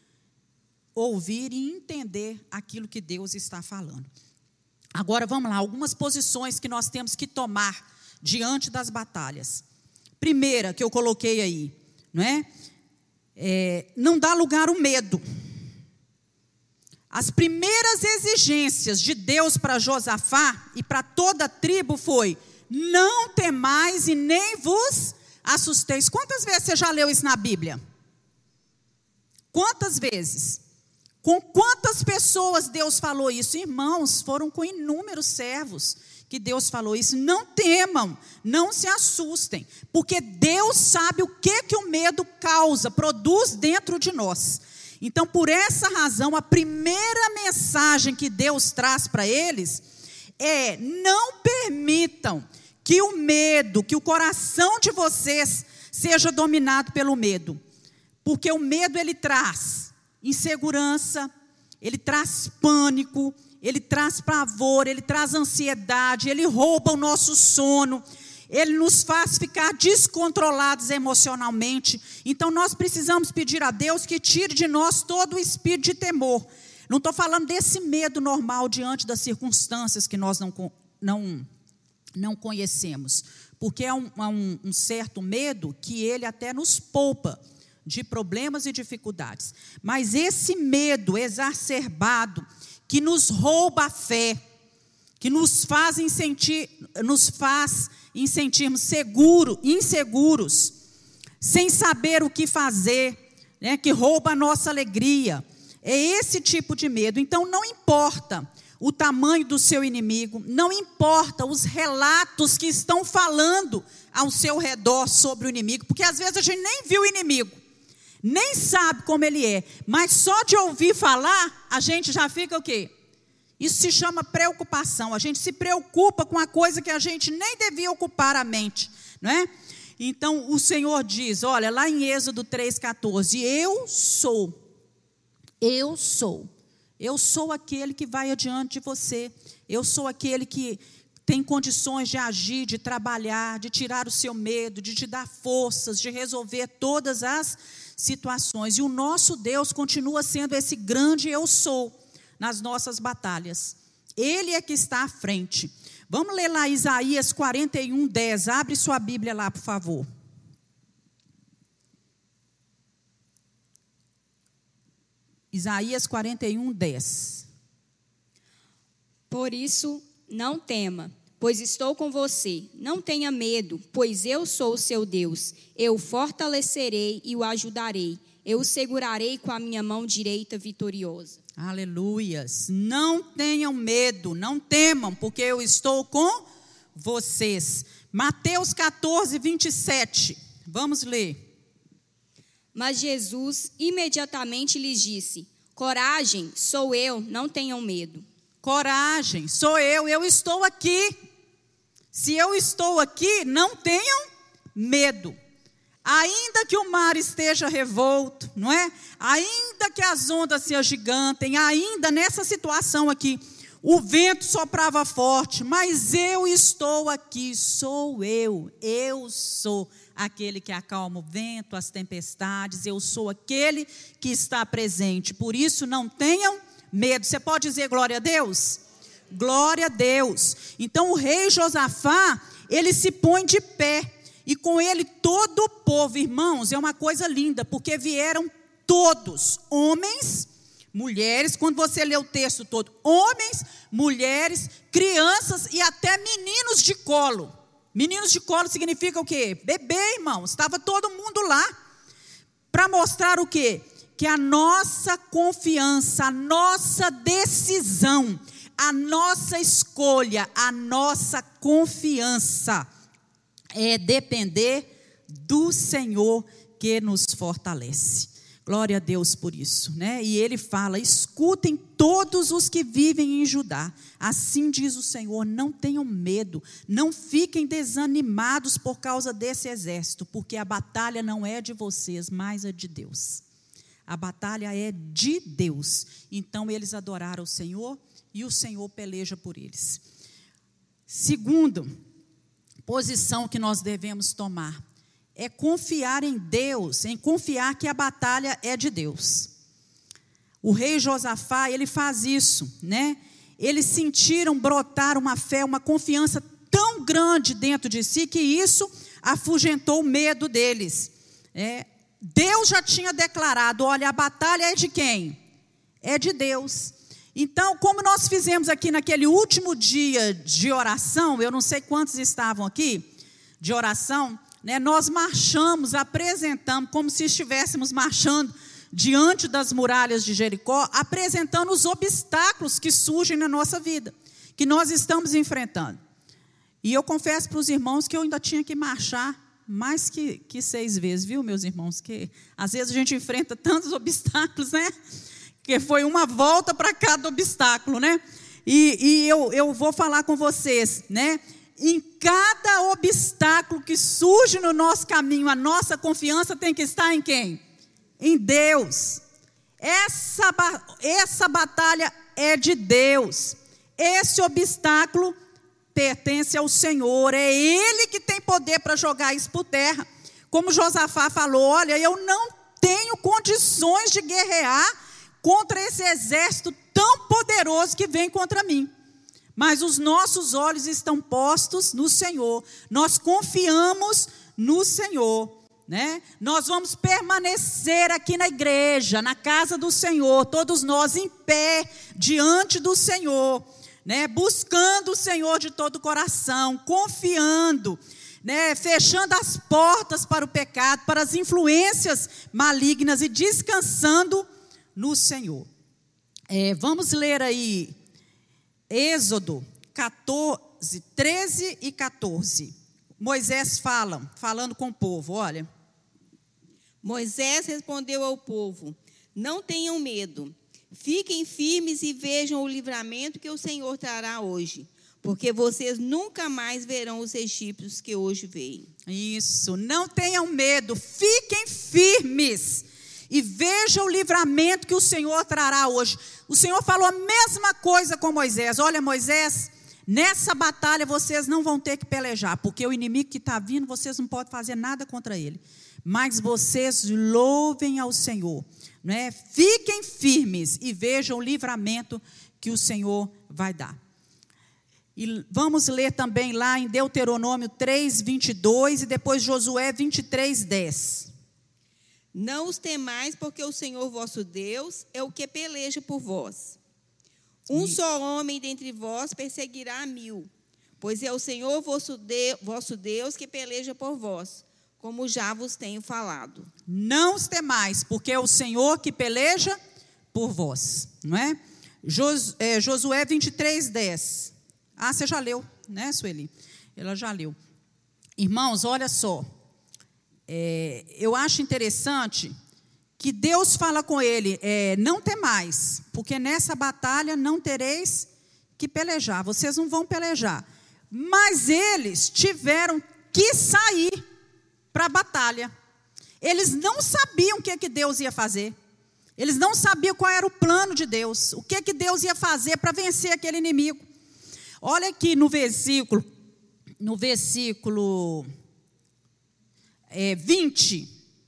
ouvir e entender aquilo que Deus está falando. Agora, vamos lá, algumas posições que nós temos que tomar diante das batalhas. Primeira, que eu coloquei aí, não é? É, não dá lugar ao medo. As primeiras exigências de Deus para Josafá e para toda a tribo foi, não temais e nem vos assusteis. Quantas vezes você já leu isso na Bíblia? Quantas vezes? Com quantas pessoas Deus falou isso? Irmãos, foram com inúmeros servos que Deus falou isso. Não temam, não se assustem, porque Deus sabe o que, que o medo causa, produz dentro de nós. Então, por essa razão, a primeira mensagem que Deus traz para eles é: não permitam que o medo, que o coração de vocês seja dominado pelo medo. Porque o medo, ele traz insegurança, ele traz pânico, ele traz pavor, ele traz ansiedade, ele rouba o nosso sono, ele nos faz ficar descontrolados emocionalmente. Então nós precisamos pedir a Deus que tire de nós todo o espírito de temor. Não estou falando desse medo normal diante das circunstâncias que nós não, não, não conhecemos, porque é um, um, um certo medo que ele até nos poupa de problemas e dificuldades. Mas esse medo exacerbado que nos rouba a fé, que nos faz sentir, nos faz em sentirmos seguro, inseguros, sem saber o que fazer, né, que rouba a nossa alegria. É esse tipo de medo. Então, não importa o tamanho do seu inimigo, não importa os relatos que estão falando ao seu redor sobre o inimigo, porque às vezes a gente nem viu o inimigo, nem sabe como ele é, mas só de ouvir falar, a gente já fica o quê? Isso se chama preocupação. A gente se preocupa com a coisa que a gente nem devia ocupar a mente, não é? Então, o Senhor diz, olha, lá em Êxodo três, catorze, eu sou, eu sou, eu sou aquele que vai adiante de você, eu sou aquele que tem condições de agir, de trabalhar, de tirar o seu medo, de te dar forças, de resolver todas as situações. E o nosso Deus continua sendo esse grande eu sou nas nossas batalhas. Ele é que está à frente. Vamos ler lá Isaías quarenta e um, dez. Abre sua Bíblia lá, por favor. Isaías quarenta e um, dez. Por isso, não tema, pois estou com você. Não tenha medo, pois eu sou o seu Deus. Eu o fortalecerei e o ajudarei. Eu o segurarei com a minha mão direita vitoriosa. Aleluias. Não tenham medo, não temam, porque eu estou com vocês. Mateus catorze, vinte e sete. Vamos ler. Mas Jesus imediatamente lhes disse: coragem, sou eu, não tenham medo. Coragem, sou eu, eu estou aqui. Se eu estou aqui, não tenham medo. Ainda que o mar esteja revolto, não é? Ainda que as ondas se agigantem, ainda nessa situação aqui, o vento soprava forte, mas eu estou aqui, sou eu, eu sou aquele que acalma o vento, as tempestades, eu sou aquele que está presente, por isso não tenham medo. Você pode dizer glória a Deus? Glória a Deus. Então o rei Josafá, ele se põe de pé, e com ele todo o povo, irmãos, é uma coisa linda, porque vieram todos, homens, mulheres, quando você lê o texto todo, homens, mulheres, crianças e até meninos de colo. Meninos de colo significa o quê? Bebê, irmãos, estava todo mundo lá, para mostrar o quê? Que a nossa confiança, a nossa decisão, a nossa escolha, a nossa confiança, é depender do Senhor que nos fortalece. Glória a Deus por isso, né? E ele fala, escutem todos os que vivem em Judá, assim diz o Senhor, não tenham medo, não fiquem desanimados por causa desse exército, porque a batalha não é de vocês, mas é de Deus. A batalha é de Deus. Então eles adoraram o Senhor e o Senhor peleja por eles. Segundo, posição que nós devemos tomar é confiar em Deus, em confiar que a batalha é de Deus. O rei Josafá, ele faz isso, né? Eles sentiram brotar uma fé, uma confiança tão grande dentro de si, que isso afugentou o medo deles. É, Deus já tinha declarado, olha, a batalha é de quem? É de Deus. Então, como nós fizemos aqui naquele último dia de oração, eu não sei quantos estavam aqui, de oração, né, nós marchamos, apresentamos, como se estivéssemos marchando diante das muralhas de Jericó, apresentando os obstáculos que surgem na nossa vida, que nós estamos enfrentando. E eu confesso para os irmãos que eu ainda tinha que marchar mais que, que seis vezes, viu, meus irmãos? Que às vezes a gente enfrenta tantos obstáculos, né? Que foi uma volta para cada obstáculo, né? E, e eu, eu vou falar com vocês, né? Em cada obstáculo que surge no nosso caminho, a nossa confiança tem que estar em quem? Em Deus. Essa, essa batalha é de Deus. Esse obstáculo pertence ao Senhor. É Ele que tem poder para jogar isso por terra. Como Josafá falou, olha, eu não tenho condições de guerrear contra esse exército tão poderoso que vem contra mim. Mas os nossos olhos estão postos no Senhor. Nós confiamos no Senhor. né? Nós vamos permanecer aqui na igreja, na casa do Senhor, todos nós em pé, diante do Senhor, né? Buscando o Senhor de todo o coração, confiando, né? Fechando as portas para o pecado, para as influências malignas e descansando no Senhor. É, vamos ler aí Êxodo quatorze, treze e quatorze. Moisés fala, falando com o povo, olha. Moisés respondeu ao povo: não tenham medo, fiquem firmes e vejam o livramento que o Senhor trará hoje, porque vocês nunca mais verão os egípcios que hoje veem. Isso, não tenham medo, fiquem firmes e vejam o livramento que o Senhor trará hoje. O Senhor falou a mesma coisa com Moisés. Olha, Moisés, nessa batalha vocês não vão ter que pelejar, porque o inimigo que está vindo, vocês não podem fazer nada contra ele. Mas vocês louvem ao Senhor, não é? Fiquem firmes e vejam o livramento que o Senhor vai dar. E vamos ler também lá em Deuteronômio três, vinte e dois e depois Josué vinte e três, dez. Não os temais, porque o Senhor vosso Deus é o que peleja por vós. Um e... só homem dentre vós perseguirá a mil, pois é o Senhor vosso, de... vosso Deus que peleja por vós, como já vos tenho falado. Não os temais, porque é o Senhor que peleja por vós, não é? Jos... é Josué vinte e três, dez. Ah, você já leu, né, Sueli? Ela já leu. Irmãos, olha só. É, eu acho interessante que Deus fala com ele, é, não temais, porque nessa batalha não tereis que pelejar, vocês não vão pelejar. Mas eles tiveram que sair para a batalha. Eles não sabiam o que, que Deus ia fazer. Eles não sabiam qual era o plano de Deus, o que, que Deus ia fazer para vencer aquele inimigo. Olha aqui no versículo, no versículo... É, vinte.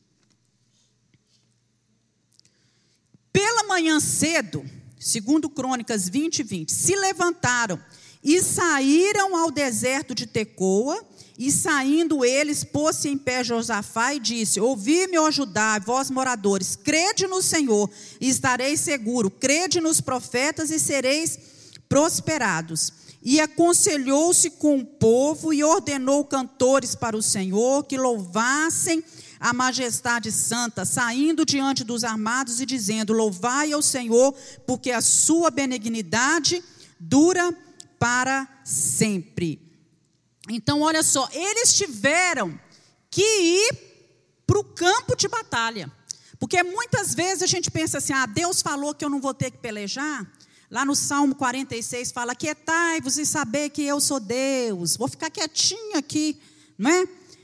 Pela manhã cedo, segundo Crônicas vinte, vinte, se levantaram e saíram ao deserto de Tecoa, e saindo eles, pôs-se em pé Josafá e disse: ouvi-me, ó Judá, vós moradores, crede no Senhor e estareis seguros, crede nos profetas e sereis prosperados. E aconselhou-se com o povo e ordenou cantores para o Senhor que louvassem a majestade santa, saindo diante dos armados e dizendo: louvai ao Senhor, porque a sua benignidade dura para sempre. Então, olha só, eles tiveram que ir para o campo de batalha, porque muitas vezes a gente pensa assim: ah, Deus falou que eu não vou ter que pelejar. Lá no Salmo quarenta e seis fala: quietai-vos e saber que eu sou Deus. Vou ficar quietinho aqui, não é?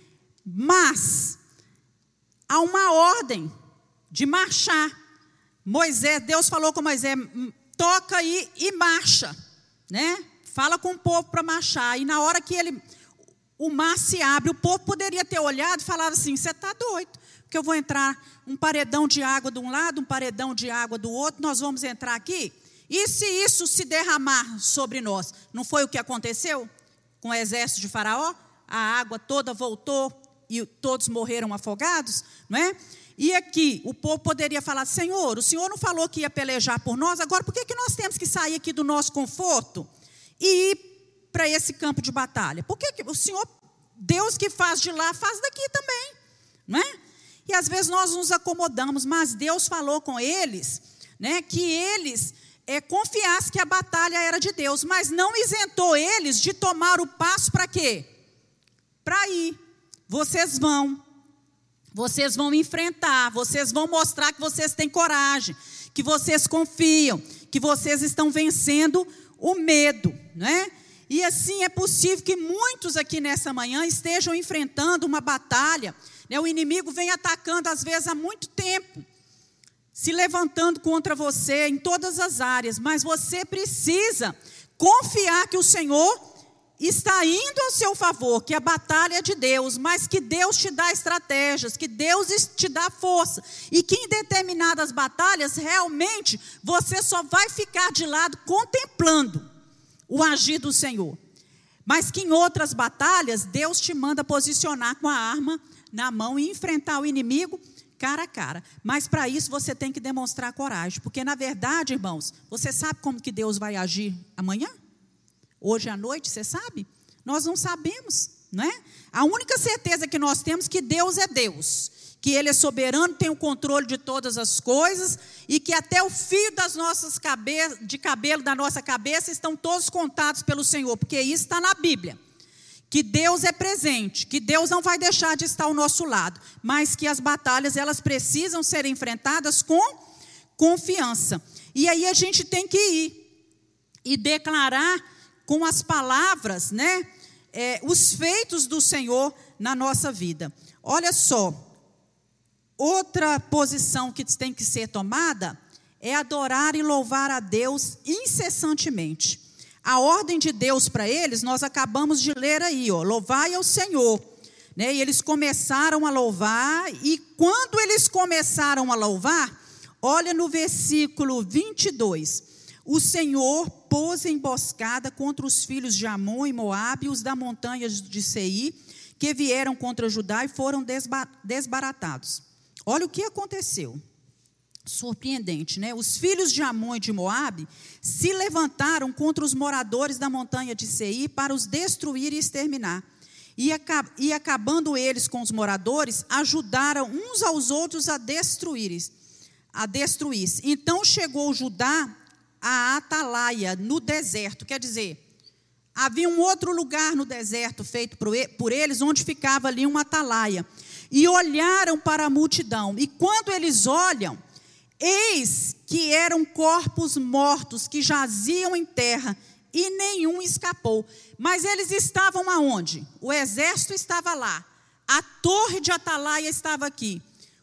Mas há uma ordem de marchar. Moisés, Deus falou com Moisés: toca aí e marcha, né? Fala com o povo para marchar. E na hora que ele, o mar se abre, o povo poderia ter olhado e falado assim: você está doido, porque eu vou entrar um paredão de água de um lado, um paredão de água do outro, nós vamos entrar aqui. E se isso se derramar sobre nós? Não foi o que aconteceu com o exército de Faraó? A água toda voltou e todos morreram afogados, não é? E aqui o povo poderia falar: Senhor, o Senhor não falou que ia pelejar por nós, agora por que, que nós temos que sair aqui do nosso conforto e ir para esse campo de batalha? Por que, que o Senhor, Deus que faz de lá, faz daqui também, não é? E às vezes nós nos acomodamos, mas Deus falou com eles, né, que eles... É, confiasse que a batalha era de Deus, mas não isentou eles de tomar o passo para quê? Para ir. Vocês vão, vocês vão enfrentar, vocês vão mostrar que vocês têm coragem, que vocês confiam, que vocês estão vencendo o medo, né? E assim é possível que muitos aqui nessa manhã estejam enfrentando uma batalha, né? O inimigo vem atacando às vezes há muito tempo, se levantando contra você em todas as áreas, mas você precisa confiar que o Senhor está indo ao seu favor, que a batalha é de Deus, mas que Deus te dá estratégias, que Deus te dá força, e que em determinadas batalhas, realmente, você só vai ficar de lado contemplando o agir do Senhor, mas que em outras batalhas, Deus te manda posicionar com a arma na mão e enfrentar o inimigo cara a cara. Mas para isso você tem que demonstrar coragem, porque na verdade, irmãos, você sabe como que Deus vai agir amanhã? Hoje à noite, você sabe? Nós não sabemos, não é? A única certeza que nós temos é que Deus é Deus, que Ele é soberano, tem o controle de todas as coisas, e que até o fio das nossas cabe- de cabelo da nossa cabeça estão todos contados pelo Senhor, porque isso está na Bíblia. Que Deus é presente, que Deus não vai deixar de estar ao nosso lado, mas que as batalhas, elas precisam ser enfrentadas com confiança. E aí a gente tem que ir e declarar com as palavras, né, é, os feitos do Senhor na nossa vida. Olha só, outra posição que tem que ser tomada é adorar e louvar a Deus incessantemente. A ordem de Deus para eles, nós acabamos de ler aí, ó, louvai ao Senhor, né? E eles começaram a louvar, e quando eles começaram a louvar, olha no versículo vinte e dois, o Senhor pôs emboscada contra os filhos de Amon e Moabe, os da montanha de Seir, que vieram contra Judá e foram desba- desbaratados. Olha o que aconteceu. Surpreendente, né? Os filhos de Amon e de Moabe se levantaram contra os moradores da montanha de Seir para os destruir e exterminar. E, acab- e acabando eles com os moradores, ajudaram uns aos outros a destruir. A destruir. Então chegou Judá a Atalaia, no deserto. Quer dizer, havia um outro lugar no deserto feito por eles, onde ficava ali uma atalaia. E olharam para a multidão. E quando eles olham, eis que eram corpos mortos que jaziam em terra, e nenhum escapou. Mas eles estavam aonde? O exército estava lá, a torre de Atalaia estava aqui.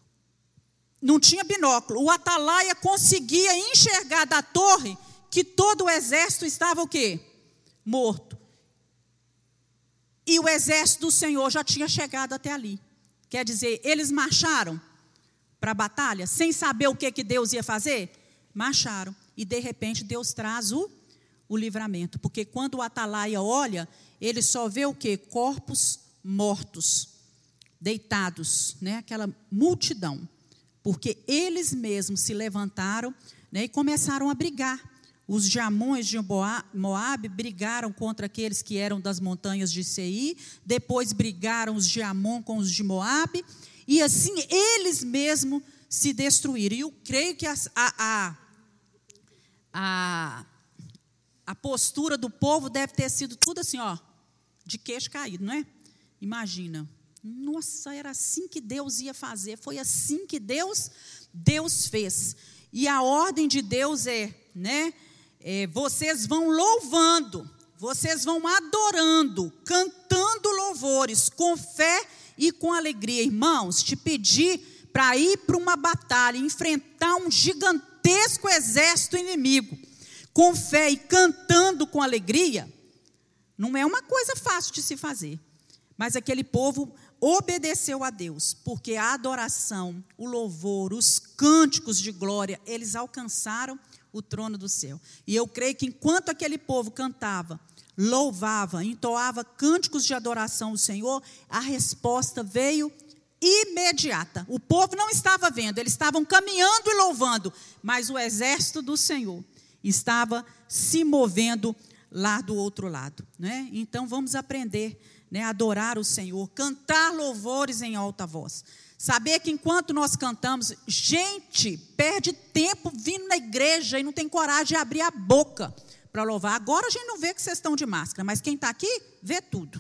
Não tinha binóculo. O Atalaia conseguia enxergar da torre que todo o exército estava o quê? Morto. E o exército do Senhor já tinha chegado até ali. Quer dizer, eles marcharam para a batalha, sem saber o que, que Deus ia fazer? Marcharam. E de repente Deus traz o, o livramento. Porque quando o Atalaia olha, ele só vê o quê? Corpos mortos, deitados, né? Aquela multidão. Porque eles mesmos se levantaram, né, e começaram a brigar. Os de Amon e de Moabe brigaram contra aqueles que eram das montanhas de Seir, depois brigaram os de Amon com os de Moabe, e assim eles mesmos se destruíram. E eu creio que a, a, a, a postura do povo deve ter sido tudo assim, ó, de queixo caído, não é? Imagina. Nossa, era assim que Deus ia fazer, foi assim que Deus, Deus fez. E a ordem de Deus é, né, é, vocês vão louvando, vocês vão adorando, cantando louvores, com fé e com alegria. Irmãos, te pedir para ir para uma batalha, enfrentar um gigantesco exército inimigo, com fé e cantando com alegria, não é uma coisa fácil de se fazer. Mas aquele povo obedeceu a Deus, porque a adoração, o louvor, os cânticos de glória, eles alcançaram o trono do céu. E eu creio que enquanto aquele povo cantava, louvava, entoava cânticos de adoração ao Senhor, a resposta veio imediata. O povo não estava vendo, eles estavam caminhando e louvando, mas o exército do Senhor estava se movendo lá do outro lado, né? Então vamos aprender, né, adorar o Senhor, cantar louvores em alta voz. Saber que enquanto nós cantamos, gente perde tempo vindo na igreja e não tem coragem de abrir a boca para louvar. Agora a gente não vê que vocês estão de máscara, mas quem está aqui vê tudo.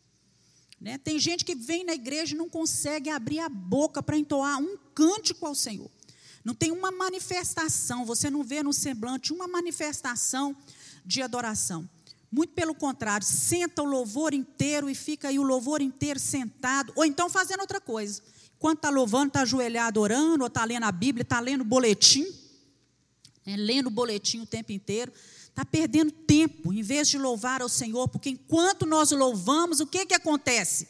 Né? Tem gente que vem na igreja e não consegue abrir a boca para entoar um cântico ao Senhor. Não tem uma manifestação, você não vê no semblante uma manifestação de adoração. Muito pelo contrário, senta o louvor inteiro e fica aí o louvor inteiro sentado, ou então fazendo outra coisa. Enquanto está louvando, está ajoelhado orando, ou está lendo a Bíblia, está lendo o boletim, né, lendo o boletim o tempo inteiro, está perdendo tempo, em vez de louvar ao Senhor, porque enquanto nós louvamos, o que, que acontece?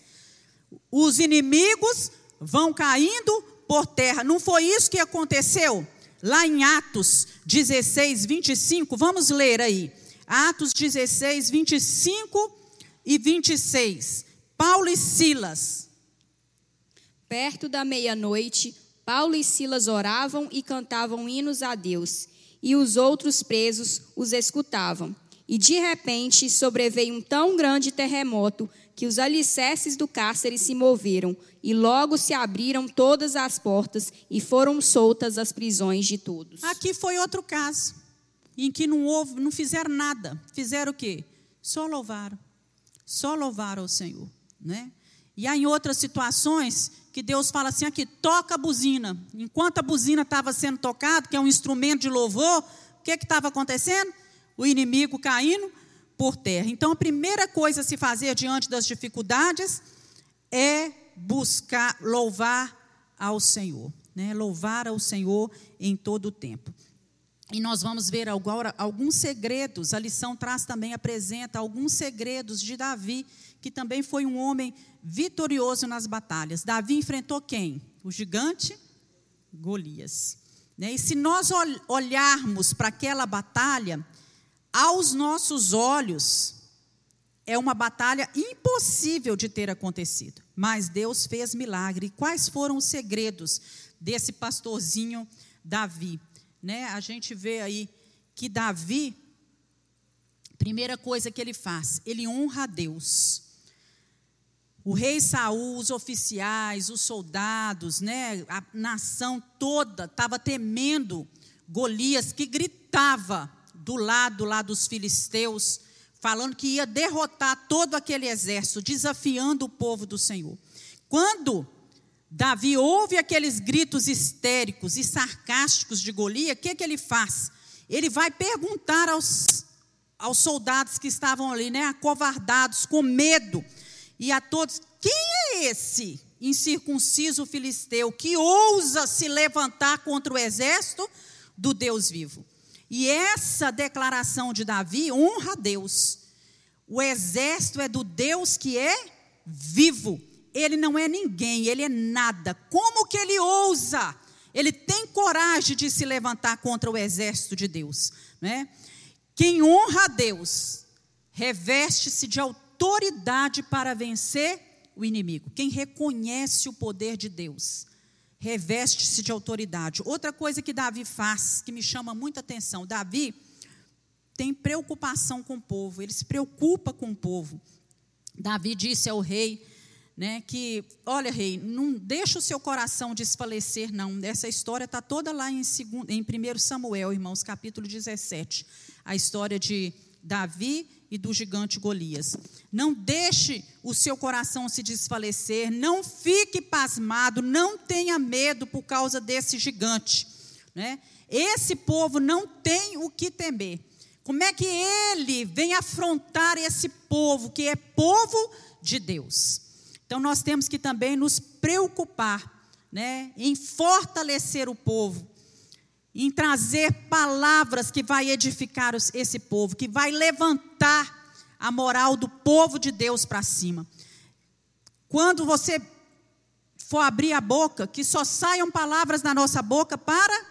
Os inimigos vão caindo por terra. Não foi isso que aconteceu? Lá em Atos dezesseis, vinte e cinco, vamos ler aí. Atos dezesseis, vinte e cinco e vinte e seis. Paulo e Silas. Perto da meia-noite, Paulo e Silas oravam e cantavam hinos a Deus, e os outros presos os escutavam. E de repente sobreveio um tão grande terremoto que os alicerces do cárcere se moveram, e logo se abriram todas as portas e foram soltas as prisões de todos. Aqui foi outro caso, em que não houve, não fizeram nada. Fizeram o quê? Só louvaram. Só louvaram o Senhor, né? E há em outras situações que Deus fala assim, aqui, toca a buzina. Enquanto a buzina estava sendo tocada, que é um instrumento de louvor, o que estava acontecendo? O inimigo caindo por terra. Então, a primeira coisa a se fazer diante das dificuldades é buscar, louvar ao Senhor, né? Louvar ao Senhor em todo o tempo. E nós vamos ver agora alguns segredos, a lição traz também, apresenta alguns segredos de Davi, que também foi um homem vitorioso nas batalhas. Davi enfrentou quem? O gigante Golias, né? E se nós olharmos para aquela batalha, aos nossos olhos, é uma batalha impossível de ter acontecido, mas Deus fez milagre. E quais foram os segredos desse pastorzinho Davi? Né? A gente vê aí que Davi, primeira coisa que ele faz, ele honra a Deus. O rei Saul, os oficiais, os soldados, né, a nação toda estava temendo Golias, que gritava do lado lá dos filisteus, falando que ia derrotar todo aquele exército, desafiando o povo do Senhor. Quando Davi ouve aqueles gritos histéricos e sarcásticos de Golias, o que, que ele faz? Ele vai perguntar aos, aos soldados que estavam ali, né, acovardados, com medo, e a todos, quem é esse incircunciso filisteu que ousa se levantar contra o exército do Deus vivo? E essa declaração de Davi honra a Deus. O exército é do Deus que é vivo. Ele não é ninguém, ele é nada. Como que ele ousa? Ele tem coragem de se levantar contra o exército de Deus, né? Quem honra a Deus, reveste-se de autoridade para vencer o inimigo. Quem reconhece o poder de Deus, reveste-se de autoridade. Outra coisa que Davi faz, que me chama muita atenção, Davi tem preocupação com o povo, ele se preocupa com o povo. Davi disse ao rei, né, que, olha rei, não deixa o seu coração desfalecer não, essa história está toda lá em, segundo, em primeiro Samuel, irmãos, capítulo dezessete, a história de Davi e do gigante Golias. Não deixe o seu coração se desfalecer, não fique pasmado, não tenha medo por causa desse gigante, né? Esse povo não tem o que temer. Como é que ele vem afrontar esse povo, que é povo de Deus? Então, nós temos que também nos preocupar, né, em fortalecer o povo, em trazer palavras que vai edificar esse povo, que vai levantar a moral do povo de Deus para cima. Quando você for abrir a boca, que só saiam palavras da nossa boca para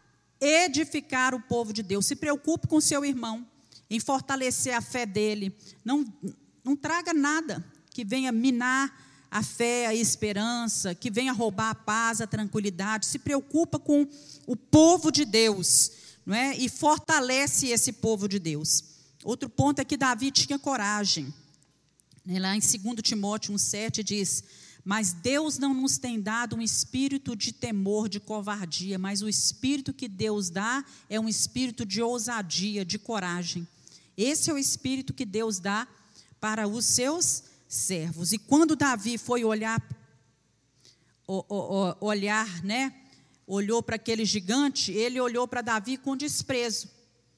edificar o povo de Deus. Se preocupe com o seu irmão, em fortalecer a fé dele. Não, não traga nada que venha minar a fé, a esperança, que venha roubar a paz, a tranquilidade. Se preocupa com o povo de Deus, não é? E fortalece esse povo de Deus. Outro ponto é que Davi tinha coragem. Lá em segundo Timóteo um, sete diz, mas Deus não nos tem dado um espírito de temor, de covardia, mas o espírito que Deus dá é um espírito de ousadia, de coragem. Esse é o espírito que Deus dá para os seus servos. E quando Davi foi olhar, o, o, o, olhar, né, olhou para aquele gigante, ele olhou para Davi com desprezo.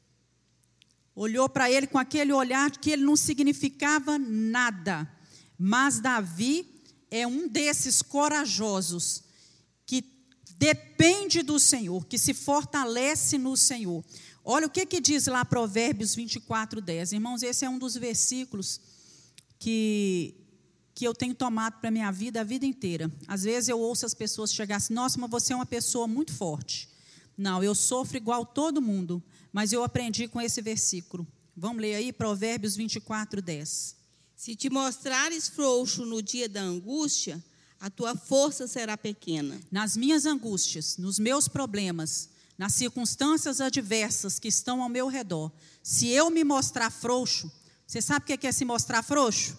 Olhou para ele com aquele olhar que ele não significava nada. Mas Davi é um desses corajosos que depende do Senhor, que se fortalece no Senhor. Olha o que, que diz lá Provérbios vinte e quatro, dez. Irmãos, esse é um dos versículos que, que eu tenho tomado para a minha vida a vida inteira. Às vezes eu ouço as pessoas chegar assim, nossa, mas você é uma pessoa muito forte. Não, eu sofro igual todo mundo, mas eu aprendi com esse versículo. Vamos ler aí, Provérbios vinte e quatro, dez. Se te mostrares frouxo no dia da angústia, a tua força será pequena. Nas minhas angústias, nos meus problemas, nas circunstâncias adversas que estão ao meu redor, se eu me mostrar frouxo, você sabe o que é se mostrar frouxo?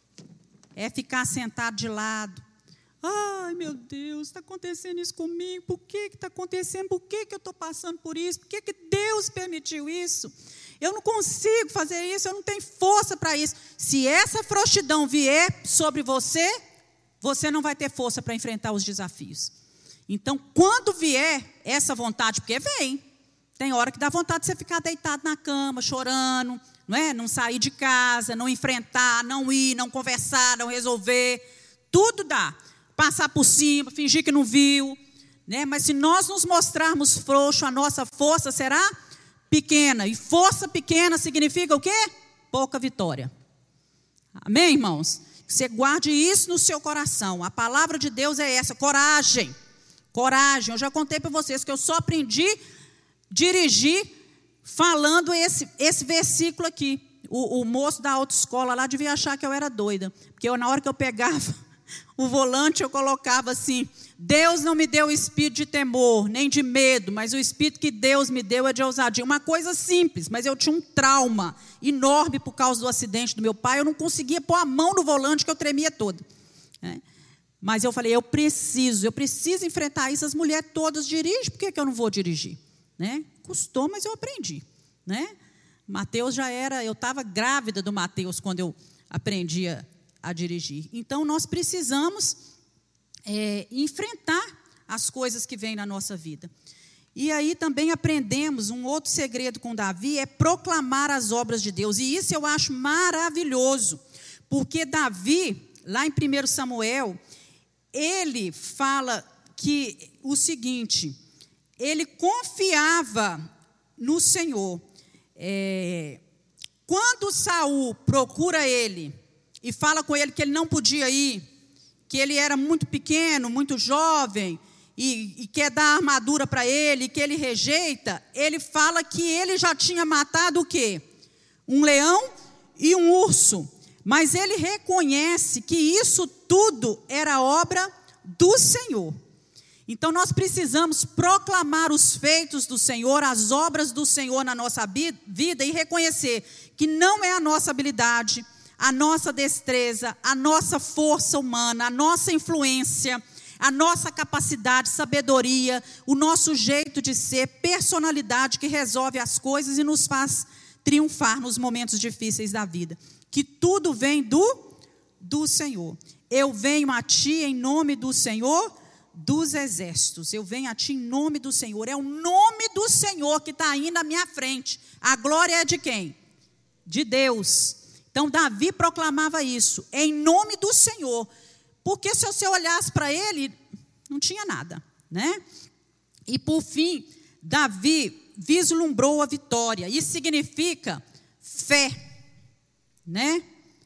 É ficar sentado de lado. Ai, meu Deus, está acontecendo isso comigo, por que está acontecendo, por que, que eu estou passando por isso, por que, que Deus permitiu isso? Eu não consigo fazer isso, eu não tenho força para isso. Se essa frouxidão vier sobre você, você não vai ter força para enfrentar os desafios. Então, quando vier essa vontade, porque vem, tem hora que dá vontade de você ficar deitado na cama, chorando, não é? Não sair de casa, não enfrentar, não ir, não conversar, não resolver, tudo dá. Passar por cima, fingir que não viu, né? Mas se nós nos mostrarmos frouxos, a nossa força será pequena. E força pequena significa o quê? Pouca vitória. Amém, irmãos? Você guarde isso no seu coração. A palavra de Deus é essa, coragem. Coragem. Eu já contei para vocês que eu só aprendi a dirigir falando esse, esse versículo aqui. O, o moço da autoescola lá devia achar que eu era doida. Porque eu, na hora que eu pegava o volante, eu colocava assim: Deus não me deu o espírito de temor, nem de medo, mas o espírito que Deus me deu é de ousadia. Uma coisa simples, mas eu tinha um trauma enorme por causa do acidente do meu pai. Eu não conseguia pôr a mão no volante, que eu tremia toda. É. Mas eu falei, eu preciso, eu preciso enfrentar isso. As mulheres todas dirigem, por que, que eu não vou dirigir? Né? Custou, mas eu aprendi. Né? Mateus já era, eu estava grávida do Mateus quando eu aprendi a a dirigir. Então, nós precisamos é, enfrentar as coisas que vêm na nossa vida. E aí também aprendemos, um outro segredo com Davi, é proclamar as obras de Deus. E isso eu acho maravilhoso, porque Davi, lá em primeiro Samuel, ele fala que o seguinte, ele confiava no Senhor. É, quando Saul procura ele, e fala com ele que ele não podia ir, que ele era muito pequeno, muito jovem, e, e quer dar armadura para ele, que ele rejeita, ele fala que ele já tinha matado o quê? Um leão e um urso. Mas ele reconhece que isso tudo era obra do Senhor. Então nós precisamos proclamar os feitos do Senhor, as obras do Senhor na nossa vida e reconhecer que não é a nossa habilidade, a nossa destreza, a nossa força humana, a nossa influência, a nossa capacidade, sabedoria, o nosso jeito de ser, personalidade que resolve as coisas e nos faz triunfar nos momentos difíceis da vida. Que tudo vem do, do Senhor. Eu venho a ti em nome do Senhor dos exércitos. Eu venho a ti em nome do Senhor. É o nome do Senhor que está aí na minha frente. A glória é de quem? De Deus. Então, Davi proclamava isso, em nome do Senhor, porque se você olhasse para ele, não tinha nada, né? E por fim, Davi vislumbrou a vitória, isso significa fé, né?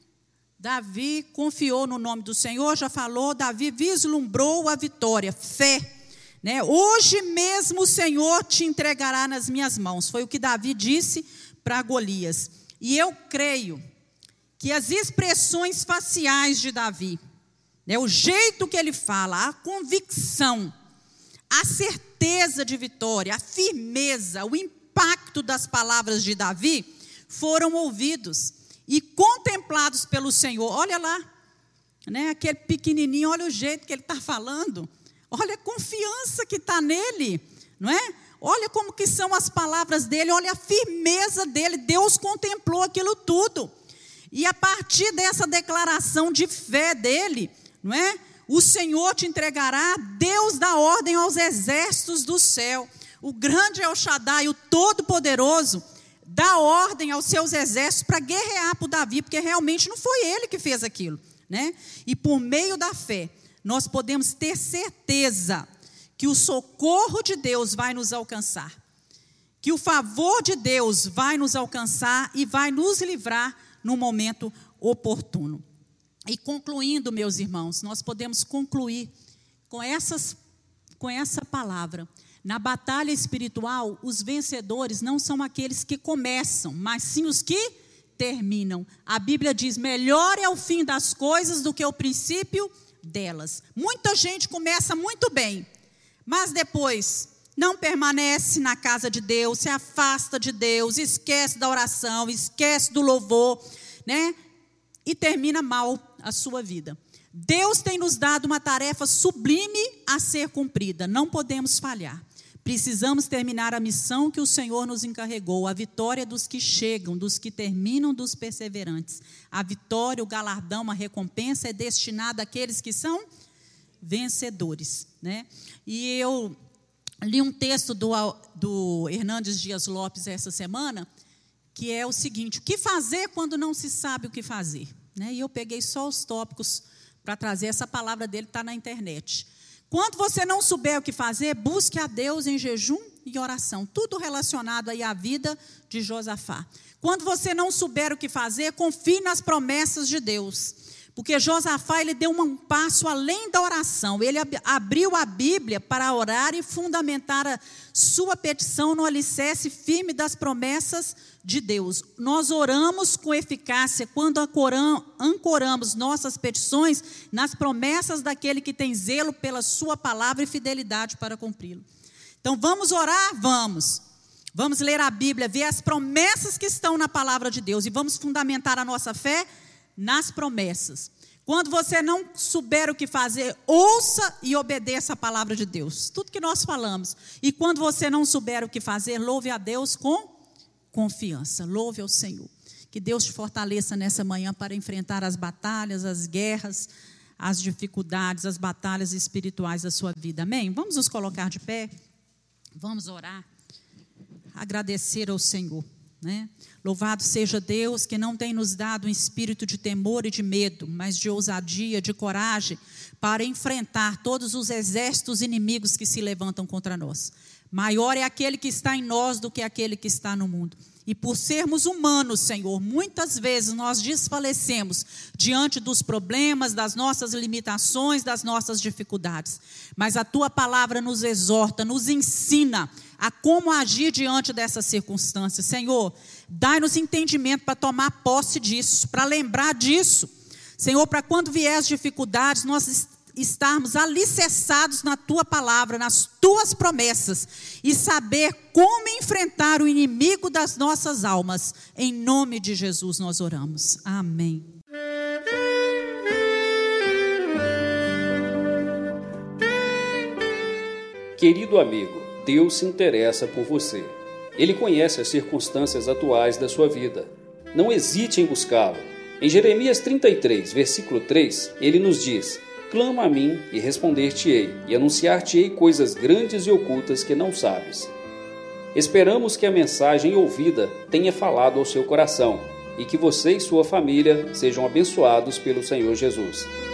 Davi confiou no nome do Senhor, já falou, Davi vislumbrou a vitória, fé, né? Hoje mesmo o Senhor te entregará nas minhas mãos, foi o que Davi disse para Golias, e eu creio que as expressões faciais de Davi, né, o jeito que ele fala, a convicção, a certeza de vitória, a firmeza, o impacto das palavras de Davi foram ouvidos e contemplados pelo Senhor. Olha lá, né, aquele pequenininho, olha o jeito que ele está falando, olha a confiança que está nele, não é? Olha como que são as palavras dele, olha a firmeza dele, Deus contemplou aquilo tudo. E a partir dessa declaração de fé dele, não é? O Senhor te entregará, Deus dá ordem aos exércitos do céu. O grande El Shaddai, o Todo-Poderoso, dá ordem aos seus exércitos para guerrear por Davi, porque realmente não foi ele que fez aquilo, né? E por meio da fé, nós podemos ter certeza que o socorro de Deus vai nos alcançar, que o favor de Deus vai nos alcançar e vai nos livrar no momento oportuno. E concluindo, meus irmãos, nós podemos concluir com, essas, com essa palavra. Na batalha espiritual, os vencedores não são aqueles que começam, mas sim os que terminam. A Bíblia diz, melhor é o fim das coisas do que o princípio delas. Muita gente começa muito bem, mas depois não permanece na casa de Deus, se afasta de Deus, esquece da oração, esquece do louvor, né? E termina mal a sua vida. Deus tem nos dado uma tarefa sublime a ser cumprida, não podemos falhar. Precisamos terminar a missão que o Senhor nos encarregou, a vitória dos que chegam, dos que terminam, dos perseverantes. A vitória, o galardão, a recompensa é destinada àqueles que são vencedores, né? E eu li um texto do, do Hernandes Dias Lopes essa semana, que é o seguinte: o que fazer quando não se sabe o que fazer? Né? E eu peguei só os tópicos para trazer, essa palavra dele está na internet. Quando você não souber o que fazer, busque a Deus em jejum e oração. Tudo relacionado aí à vida de Josafá. Quando você não souber o que fazer, confie nas promessas de Deus. Porque Josafá, ele deu um passo além da oração. Ele ab- abriu a Bíblia para orar e fundamentar a sua petição no alicerce firme das promessas de Deus. Nós oramos com eficácia quando ancoram, ancoramos nossas petições nas promessas daquele que tem zelo pela sua palavra e fidelidade para cumpri-lo. Então, vamos orar? Vamos. Vamos ler a Bíblia, ver as promessas que estão na palavra de Deus e vamos fundamentar a nossa fé nas promessas. Quando você não souber o que fazer, ouça e obedeça a palavra de Deus. Tudo que nós falamos. E quando você não souber o que fazer, louve a Deus com confiança. Louve ao Senhor. Que Deus te fortaleça nessa manhã para enfrentar as batalhas, as guerras, as dificuldades, as batalhas espirituais da sua vida. Amém? Vamos nos colocar de pé. Vamos orar. Agradecer ao Senhor. Né? Louvado seja Deus que não tem nos dado um espírito de temor e de medo, mas de ousadia, de coragem, para enfrentar todos os exércitos inimigos que se levantam contra nós. Maior é aquele que está em nós do que aquele que está no mundo. E por sermos humanos, Senhor, muitas vezes nós desfalecemos diante dos problemas, das nossas limitações, das nossas dificuldades. Mas a Tua palavra nos exorta, nos ensina a como agir diante dessas circunstâncias. Senhor, dai-nos entendimento para tomar posse disso, para lembrar disso. Senhor, para quando vier as dificuldades, nós estarmos alicerçados na Tua palavra, nas Tuas promessas e saber como enfrentar o inimigo das nossas almas. Em nome de Jesus nós oramos. Amém. Querido amigo, Deus se interessa por você. Ele conhece as circunstâncias atuais da sua vida. Não hesite em buscá-lo. Em Jeremias trinta e três, versículo três, ele nos diz: clama a mim e responder-te-ei, e anunciar-te-ei coisas grandes e ocultas que não sabes. Esperamos que a mensagem ouvida tenha falado ao seu coração e que você e sua família sejam abençoados pelo Senhor Jesus.